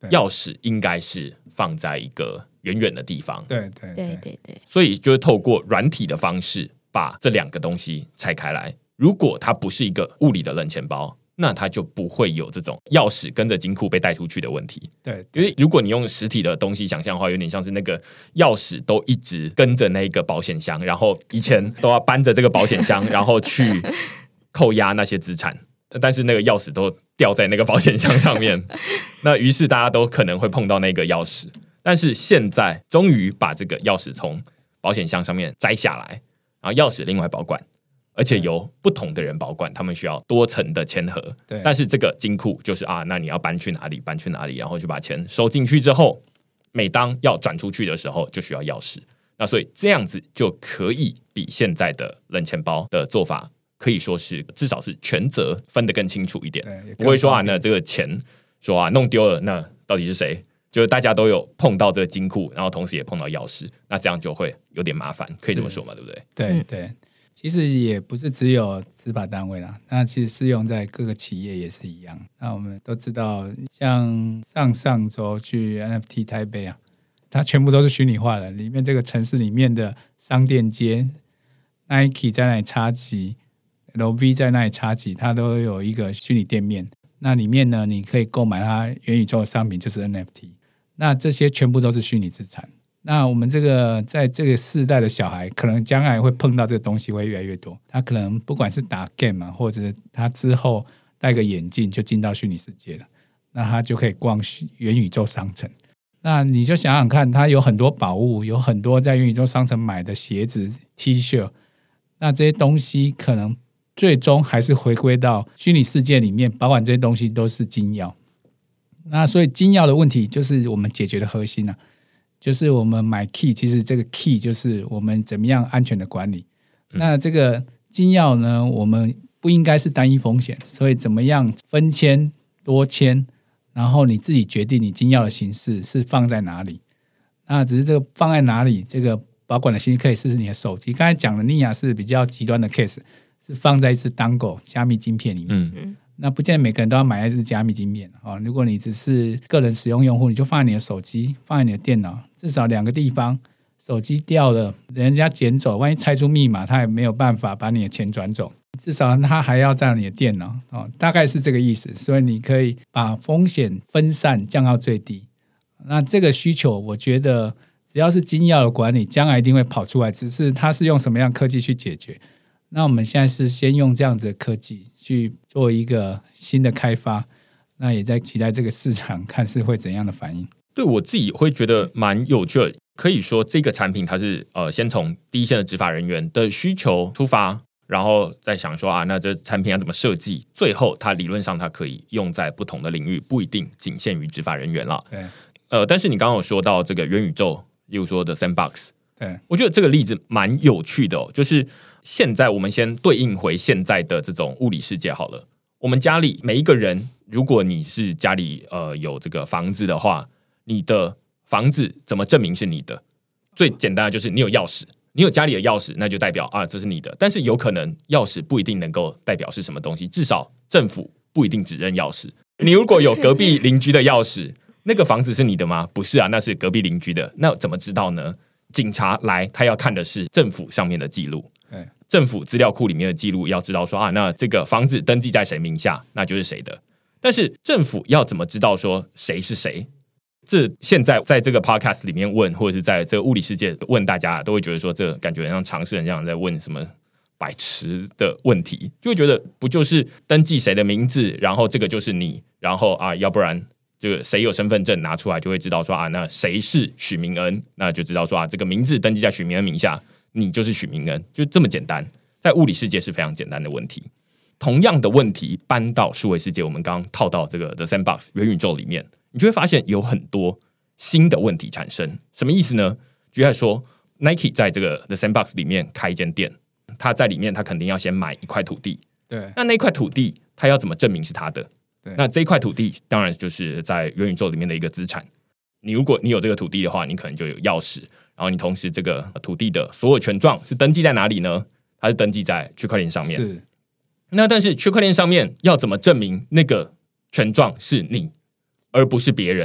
钥匙应该是放在一个远远的地方。 对， 所以就是透过软体的方式把这两个东西拆开来。如果它不是一个物理的冷钱包，那它就不会有这种钥匙跟着金库被带出去的问题。 对， 因为如果你用实体的东西想象的话，有点像是那个钥匙都一直跟着那个保险箱，然后以前都要搬着这个保险箱然后去扣押那些资产，但是那个钥匙都掉在那个保险箱上面那于是大家都可能会碰到那个钥匙。但是现在终于把这个钥匙从保险箱上面摘下来，然后钥匙另外保管，而且由不同的人保管，他们需要多层的签合。但是这个金库就是那你要搬去哪里搬去哪里，然后就把钱收进去之后，每当要转出去的时候就需要钥匙。那所以这样子就可以比现在的冷钱包的做法可以说是至少是权责分得更清楚一点，不会说那这个钱说弄丢了，那到底是谁？就是大家都有碰到这个金库，然后同时也碰到钥匙，那这样就会有点麻烦，可以这么说嘛，对不对？ 对，其实也不是只有执法单位啦，那其实适用在各个企业也是一样。那我们都知道，像上周去 NFT 台北啊，它全部都是虚拟化的，里面这个城市里面的商店街 ，Nike 在那里插旗 ，LV 在那里插旗，它都有一个虚拟店面。那里面呢，你可以购买它元宇宙的商品，就是 NFT。那这些全部都是虚拟资产。那我们这个在这个世代的小孩，可能将来会碰到这个东西会越来越多。他可能不管是打 game 或者他之后戴个眼镜就进到虚拟世界了，那他就可以逛元宇宙商城。那你就想想看，他有很多宝物，有很多在元宇宙商城买的鞋子、T 恤，那这些东西可能最终还是回归到虚拟世界里面，保管这些东西都是金钥。那所以金钥的问题就是我们解决的核心啊，就是我们买 key， 其实这个 key 就是我们怎么样安全的管理。那这个金钥呢，我们不应该是单一风险，所以怎么样分签多签，然后你自己决定你金钥的形式是放在哪里。那只是这个放在哪里，这个保管的形式可以是你的手机。刚才讲的尼亚是比较极端的 case， 是放在一只 Dango 加密晶片里面。那不见得每个人都要买一支加密晶片如果你只是个人使用用户，你就放在你的手机，放在你的电脑，至少2个地方，手机掉了，人家捡走，万一猜出密码，他也没有办法把你的钱转走，至少他还要在你的电脑大概是这个意思。所以你可以把风险分散降到最低。那这个需求，我觉得只要是金钥的管理，将来一定会跑出来，只是它是用什么样的科技去解决。那我们现在是先用这样子的科技去做一个新的开发，那也在期待这个市场看是会怎样的反应。 对，我自己会觉得蛮有趣的，可以说这个产品它是先从第一线的执法人员的需求出发，然后再想说那这产品要怎么设计，最后它理论上它可以用在不同的领域，不一定仅限于执法人员了。 对， 但是你刚刚有说到这个元宇宙，例如说的 Sandbox， 对， 我觉得这个例子蛮有趣的就是现在我们先对应回现在的这种物理世界好了。我们家里每一个人，如果你是家里有这个房子的话，你的房子怎么证明是你的？最简单的就是你有钥匙，你有家里的钥匙，那就代表这是你的。但是有可能钥匙不一定能够代表是什么东西，至少政府不一定只认钥匙。你如果有隔壁邻居的钥匙，那个房子是你的吗？不是那是隔壁邻居的。那怎么知道呢？警察来，他要看的是政府上面的记录，政府资料库里面的记录，要知道说那这个房子登记在谁名下，那就是谁的。但是政府要怎么知道说谁是谁？这现在在这个 podcast 里面问，或者是在这个物理世界问大家，都会觉得说这感觉像常识人这样在问什么白痴的问题，就会觉得不就是登记谁的名字，然后这个就是你，然后要不然这个谁有身份证拿出来就会知道说那谁是许明恩，那就知道说这个名字登记在许明恩名下，你就是许明恩，就这么简单。在物理世界是非常简单的问题。同样的问题搬到数位世界，我们刚刚套到这个 The Sandbox 元宇宙里面，你就会发现有很多新的问题产生。什么意思呢？举例来说 Nike 在这个 The Sandbox 里面开一间店，他在里面他肯定要先买一块土地， 对， 那块土地他要怎么证明是他的？那这一块土地当然就是在元宇宙里面的一个资产。如果你有这个土地的话，你可能就有钥匙，然后你同时这个土地的所有权状是登记在哪里呢？它是登记在区块链上面。 是。 那但是区块链上面要怎么证明那个权状是你而不是别人？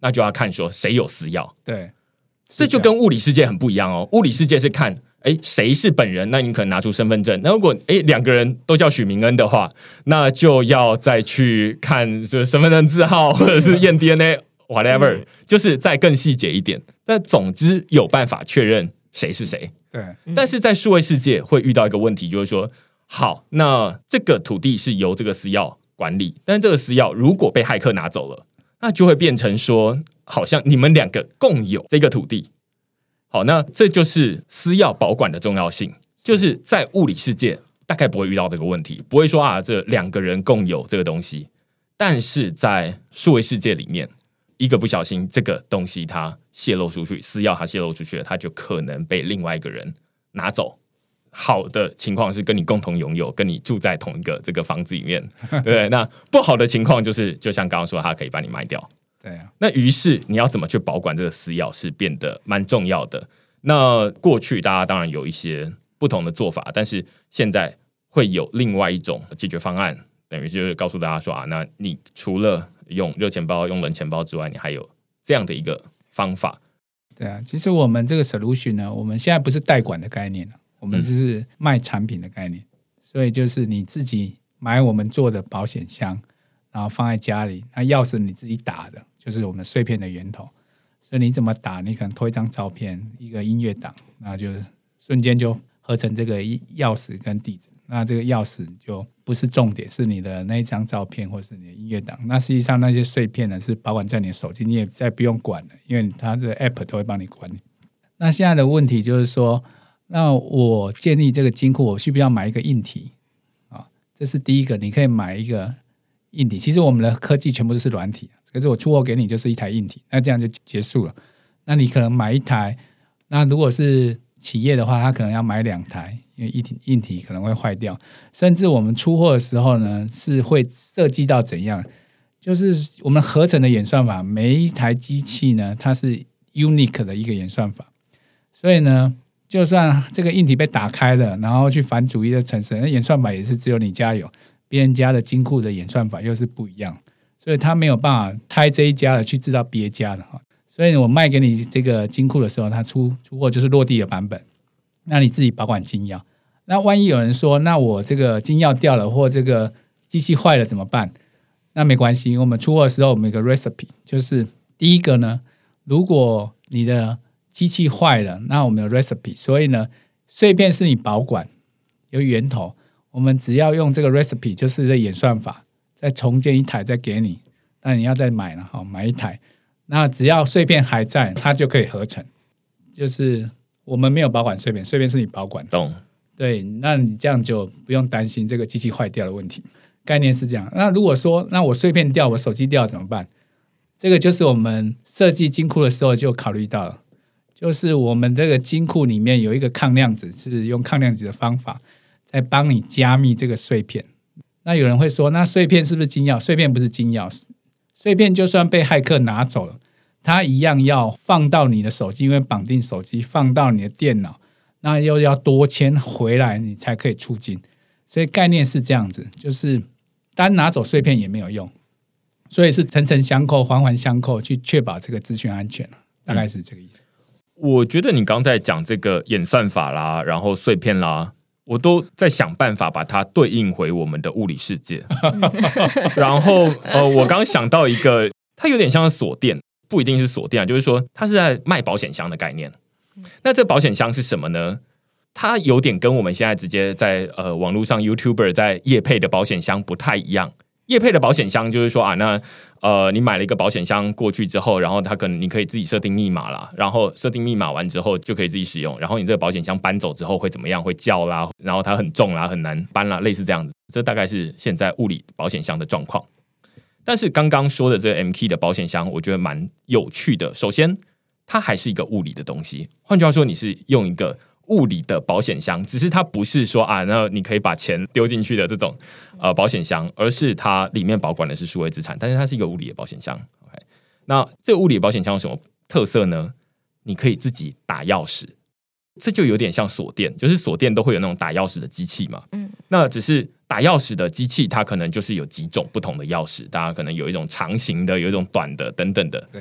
那就要看说谁有私钥。 对， 这就跟物理世界很不一样哦。物理世界是看谁是本人，那你可能拿出身份证。那如果两个人都叫许明恩的话，那就要再去看就是身份证字号或者是验 DNA whatever，就是再更细节一点。但总之有办法确认谁是谁。 对， 但是在数位世界会遇到一个问题，就是说，好，那这个土地是由这个私钥管理，但是这个私钥如果被骇客拿走了，那就会变成说，好像你们两个共有这个土地。好，那这就是私钥保管的重要性，就是在物理世界大概不会遇到这个问题，不会说这两个人共有这个东西，但是在数位世界里面，一个不小心这个东西它泄露出去，私钥它泄露出去了，它就可能被另外一个人拿走。好的情况是跟你共同拥有，跟你住在同一个这个房子里面，对不对？那不好的情况就是就像刚刚说，它可以把你卖掉。 对啊， 那于是你要怎么去保管这个私钥是变得蛮重要的。那过去大家当然有一些不同的做法，但是现在会有另外一种解决方案，等于就是告诉大家说那你除了用热钱包、用冷钱包之外，你还有这样的一个方法。 对啊，其实我们这个 solution 呢，我们现在不是代管的概念，我们就是卖产品的概念，所以就是你自己买我们做的保险箱，然后放在家里，那钥匙你自己打的，就是我们碎片的源头。所以你怎么打，你可能拖一张照片，一个音乐档，那就瞬间就合成这个钥匙跟地址。那这个钥匙就不是重点，是你的那一张照片或是你的音乐档。那实际上那些碎片呢，是保管在你的手机，你也再不用管了，因为它的 app 都会帮你管理。那现在的问题就是说，那我建立这个金库，我需不需要买一个硬体啊？这是第一个，你可以买一个硬体。其实我们的科技全部都是软体，可是我出货给你就是一台硬体，那这样就结束了。那你可能买一台，那如果是企业的话，他可能要买2台，因为硬体可能会坏掉。甚至我们出货的时候呢，是会设计到怎样？就是我们合成的演算法，每一台机器呢，它是 unique 的一个演算法。所以呢，就算这个硬体被打开了，然后去反主义的程式，那演算法也是只有你家有，别人家的金库的演算法又是不一样，所以他没有办法拆这一家的去知道别家的。所以我卖给你这个金库的时候，它出货就是落地的版本，那你自己保管金钥。那万一有人说，那我这个金钥掉了或这个机器坏了怎么办？那没关系，我们出货的时候我们有个 recipe， 就是第一个呢，如果你的机器坏了，那我们有 recipe， 所以呢，碎片是你保管有源头，我们只要用这个 recipe， 就是这演算法，再重建一台再给你，那你要再买了，买一台。那只要碎片还在，它就可以合成。就是我们没有保管碎片，碎片是你保管。 懂？ 对，那你这样就不用担心这个机器坏掉的问题。概念是这样。那如果说，那我碎片掉，我手机掉怎么办？这个就是我们设计金库的时候就考虑到了，就是我们这个金库里面有一个抗量子，是用抗量子的方法在帮你加密这个碎片。那有人会说，那碎片是不是金钥？碎片不是金钥。碎片就算被骇客拿走了，它一样要放到你的手机，因为绑定手机，放到你的电脑，那又要多签回来，你才可以出金。所以概念是这样子，就是单拿走碎片也没有用，所以是层层相扣、环环相扣，去确保这个资讯安全，大概是这个意思。 我觉得你刚在讲这个演算法啦，然后碎片啦，我都在想办法把它对应回我们的物理世界。然后我刚想到一个，它有点像锁店，不一定是锁店，就是说它是在卖保险箱的概念。那这保险箱是什么呢？它有点跟我们现在直接在网络上 YouTuber 在业配的保险箱不太一样。业配的保险箱就是说那你买了一个保险箱过去之后，然后它可能你可以自己设定密码啦，然后设定密码完之后就可以自己使用，然后你这个保险箱搬走之后会怎么样？会叫啦，然后它很重啦，很难搬啦，类似这样子。这大概是现在物理保险箱的状况。但是刚刚说的这个 M-Key 的保险箱，我觉得蛮有趣的。首先，它还是一个物理的东西，换句话说，你是用一个物理的保险箱，只是它不是说那你可以把钱丢进去的这种保险箱，而是它里面保管的是数位资产，但是它是一个物理的保险箱。OK， 那这个物理的保险箱有什么特色呢？你可以自己打钥匙，这就有点像锁店，就是锁店都会有那种打钥匙的机器嘛。那只是打钥匙的机器，它可能就是有几种不同的钥匙，大家可能有一种长形的，有一种短的等等的。 对。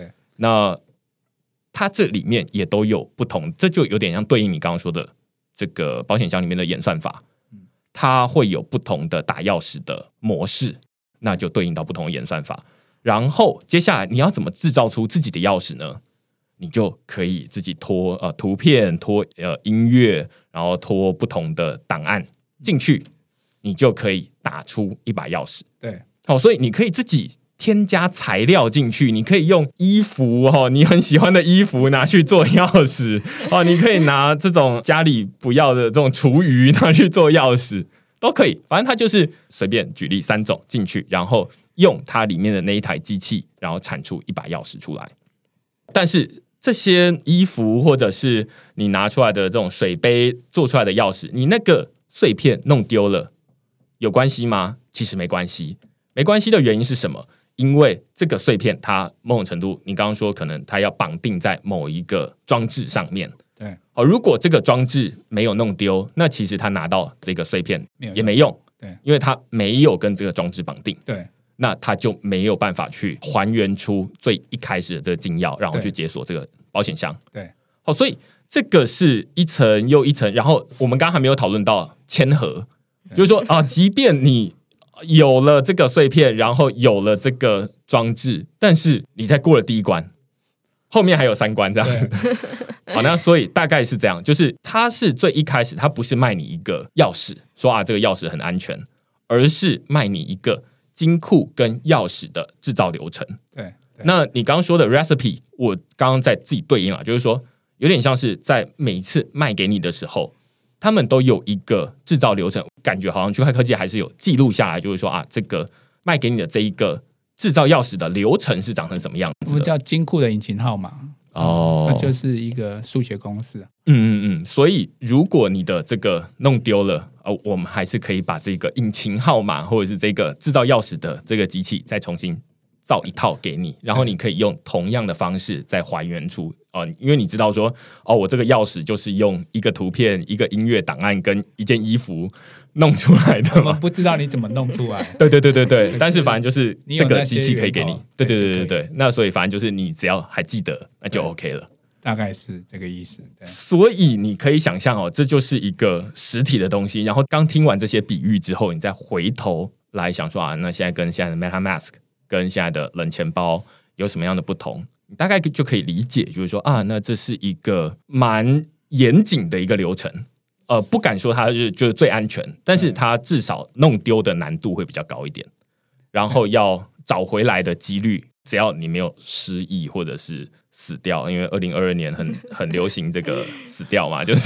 那它这里面也都有不同，这就有点像对应你刚刚说的这个保险箱里面的演算法，它会有不同的打钥匙的模式，那就对应到不同的演算法。然后接下来你要怎么制造出自己的钥匙呢？你就可以自己拖图片、拖音乐，然后拖不同的档案进去，你就可以打出一把钥匙。 对， 所以你可以自己添加材料进去，你可以用衣服你很喜欢的衣服拿去做钥匙你可以拿这种家里不要的这种厨余拿去做钥匙，都可以。反正它就是随便举例3种进去，然后用它里面的那一台机器，然后产出一把钥匙出来。但是这些衣服或者是你拿出来的这种水杯做出来的钥匙，你那个碎片弄丢了，有关系吗？其实没关系。没关系的原因是什么？因为这个碎片它某种程度，你刚刚说可能它要绑定在某一个装置上面。 对， 如果这个装置没有弄丢，那其实它拿到这个碎片也没用。 对， 因为它没有跟这个装置绑定。 对， 那它就没有办法去还原出最一开始的这个金钥，然后去解锁这个保险箱。 对， 所以这个是一层又一层。然后我们刚刚还没有讨论到签合，就是说即便你有了这个碎片，然后有了这个装置，但是你在过了第一关，后面还有3关这样子。好，那所以大概是这样，就是它是最一开始，它不是卖你一个钥匙，说这个钥匙很安全，而是卖你一个金库跟钥匙的制造流程。 对， 那你刚刚说的 recipe， 我刚刚在自己对应了，就是说有点像是在每次卖给你的时候，他们都有一个制造流程，感觉好像区块科技还是有记录下来，就是说这个卖给你的这一个制造钥匙的流程是长成什么样子的。 我们叫金库的引擎号码。它就是一个数学公式。 所以如果你的这个弄丢了，我们还是可以把这个引擎号码或者是这个制造钥匙的这个机器再重新造一套给你，然后你可以用同样的方式再还原出因为你知道说我这个钥匙就是用一个图片、一个音乐档案跟一件衣服弄出来的嘛。 我们不知道你怎么弄出来。 对，但是反正就是这个机器可以给你。对，那所以反正就是你只要还记得，那就 OK 了。 大概是这个意思。 所以你可以想象这就是一个实体的东西。然后刚听完这些比喻之后，你再回头来想说那现在跟现在的 MetaMask 跟现在的冷钱包有什么样的不同？你大概就可以理解，就是说那这是一个蛮严谨的一个流程。不敢说它就是最安全，但是它至少弄丢的难度会比较高一点，然后要找回来的几率，只要你没有失忆或者是死掉，因为2022年很流行这个死掉嘛，就是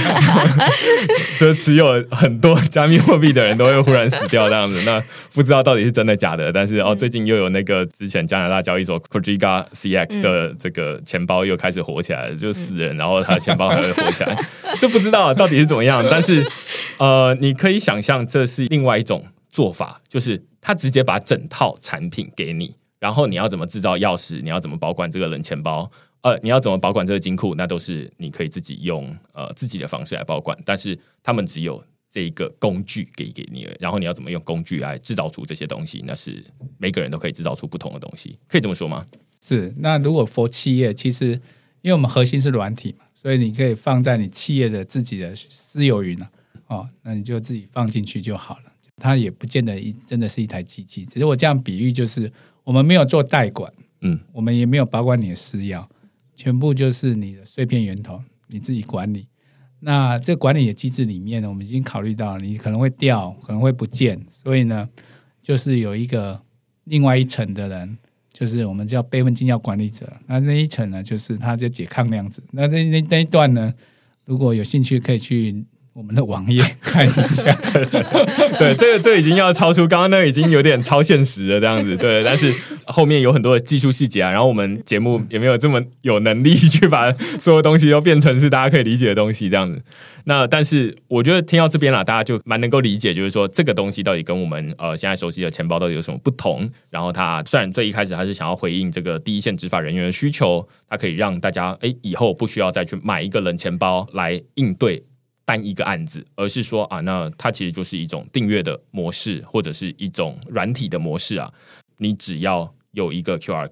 持有很多加密货币的人都会忽然死掉这样子，那不知道到底是真的假的。但是最近又有那个之前加拿大交易所 Corgiga CX 的这个钱包又开始火起来了，就死人，然后他的钱包还会火起来，就不知道到底是怎么样。但是你可以想象这是另外一种做法，就是他直接把整套产品给你，然后你要怎么制造钥匙，你要怎么保管这个冷钱包，你要怎么保管这个金库，那都是你可以自己用自己的方式来保管。但是他们只有这一个工具给你，然后你要怎么用工具来制造出这些东西，那是每个人都可以制造出不同的东西，可以这么说吗？ 是。那如果 for 企业，其实因为我们核心是软体嘛，所以你可以放在你企业的自己的私有云那你就自己放进去就好了。它也不见得真的是一台机器，只是我这样比喻，就是我们没有做代管，我们也没有保管你的私钥，全部就是你的碎片源头，你自己管理。那这管理的机制里面呢，我们已经考虑到你可能会掉，可能会不见，所以呢，就是有一个另外一层的人，就是我们叫备份金钥管理者。那一层呢，就是他就解抗量子。那一段呢，如果有兴趣可以去我们的网页看一下。 对，这已经要超出刚刚那已经有点超现实了这样子。对，但是后面有很多的技术细节然后我们节目也没有这么有能力去把所有东西都变成是大家可以理解的东西这样子。那但是我觉得听到这边大家就蛮能够理解，就是说这个东西到底跟我们现在熟悉的钱包到底有什么不同。然后它虽然最一开始它是想要回应这个第一线执法人员的需求，它可以让大家以后不需要再去买一个冷钱包来应对单一个案子，而是说那它其实就是一种订阅的模式，或者是一种软体的模式你只要有一个 QR code，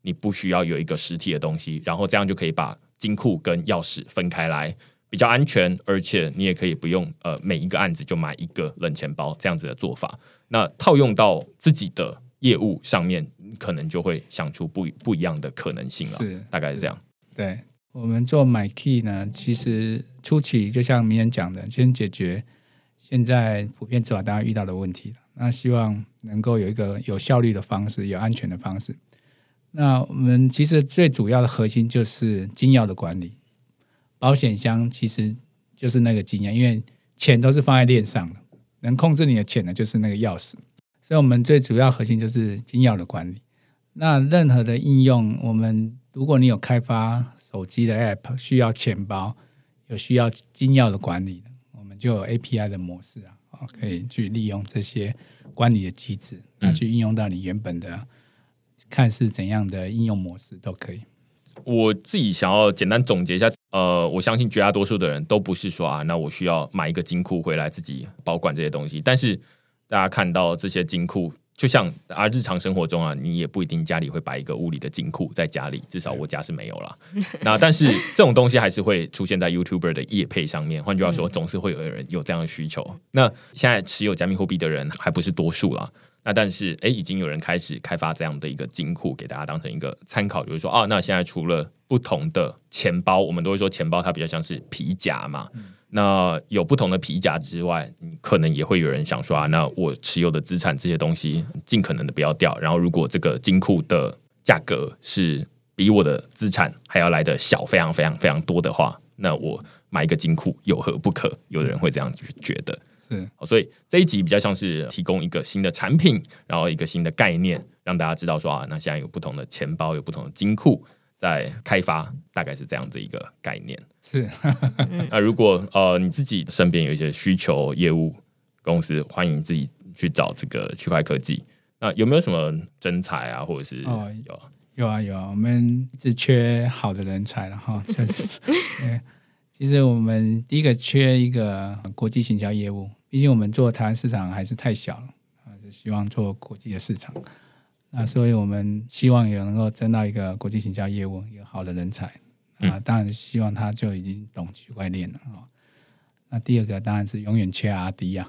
你不需要有一个实体的东西，然后这样就可以把金库跟钥匙分开来，比较安全，而且你也可以不用每一个案子就买一个冷钱包这样子的做法。那套用到自己的业务上面，可能就会想出不一样的可能性了。大概是这样。 对，我们做MyKey 呢，其实初期就像明恩讲的，先解决现在普遍执法单位遇到的问题，那希望能够有一个有效率的方式，有安全的方式。那我们其实最主要的核心就是金钥的管理，保险箱其实就是那个金钥，因为钱都是放在链上的，能控制你的钱的就是那个钥匙，所以我们最主要核心就是金钥的管理。那任何的应用，我们如果你有开发手机的 App 需要钱包，有需要金钥的管理的，我们就有 API 的模式可以去利用这些管理的机制，那去应用到你原本的看是怎样的应用模式都可以。 我自己想要简单总结一下，我相信绝大多数的人都不是说那我需要买一个金库回来自己保管这些东西，但是大家看到这些金库，就像日常生活中你也不一定家里会摆一个物理的金库在家里，至少我家是没有啦。那但是这种东西还是会出现在 YouTuber 的业配上面，换句话说，总是会有人有这样的需求。那现在持有加密货币的人还不是多数啦。那但是已经有人开始开发这样的一个金库，给大家当成一个参考，就是说那现在除了不同的钱包，我们都会说钱包它比较像是皮夹嘛，那有不同的皮夹之外，可能也会有人想说那我持有的资产这些东西尽可能的不要掉，然后如果这个金库的价格是比我的资产还要来的小非常非常非常多的话，那我买一个金库有何不可？有的人会这样觉得。 是， 所以这一集比较像是提供一个新的产品，然后一个新的概念，让大家知道说那现在有不同的钱包，有不同的金库在开发，大概是这样子一个概念。 是那如果你自己身边有一些需求业务公司，欢迎自己去找这个区块科技。那有没有什么征才或者是有啊，我们一直缺好的人才了就是其实我们第一个缺一个国际行销业务，毕竟我们做台湾市场还是太小了就希望做国际的市场。那所以我们希望也能够争到一个国际行销业务一个好的人才当然希望他就已经懂区块链了那第二个当然是永远缺 RD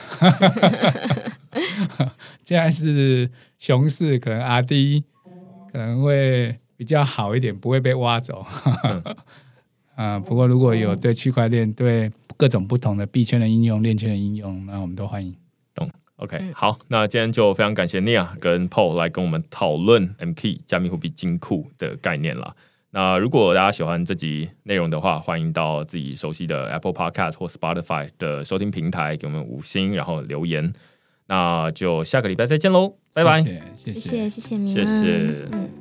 现在是熊市，可能 RD 可能会比较好一点，不会被挖走不过如果有对区块链对各种不同的币圈的应用链圈的应用，那我们都欢迎。 懂 OK 好，那今天就非常感谢 Nia 跟 Paul 来跟我们讨论 MKey 加密货币金库的概念啦。那如果大家喜欢这集内容的话，欢迎到自己熟悉的 Apple Podcast 或 Spotify 的收听平台给我们5星然后留言。那就下个礼拜再见咯，拜拜。 谢谢明恩， 谢谢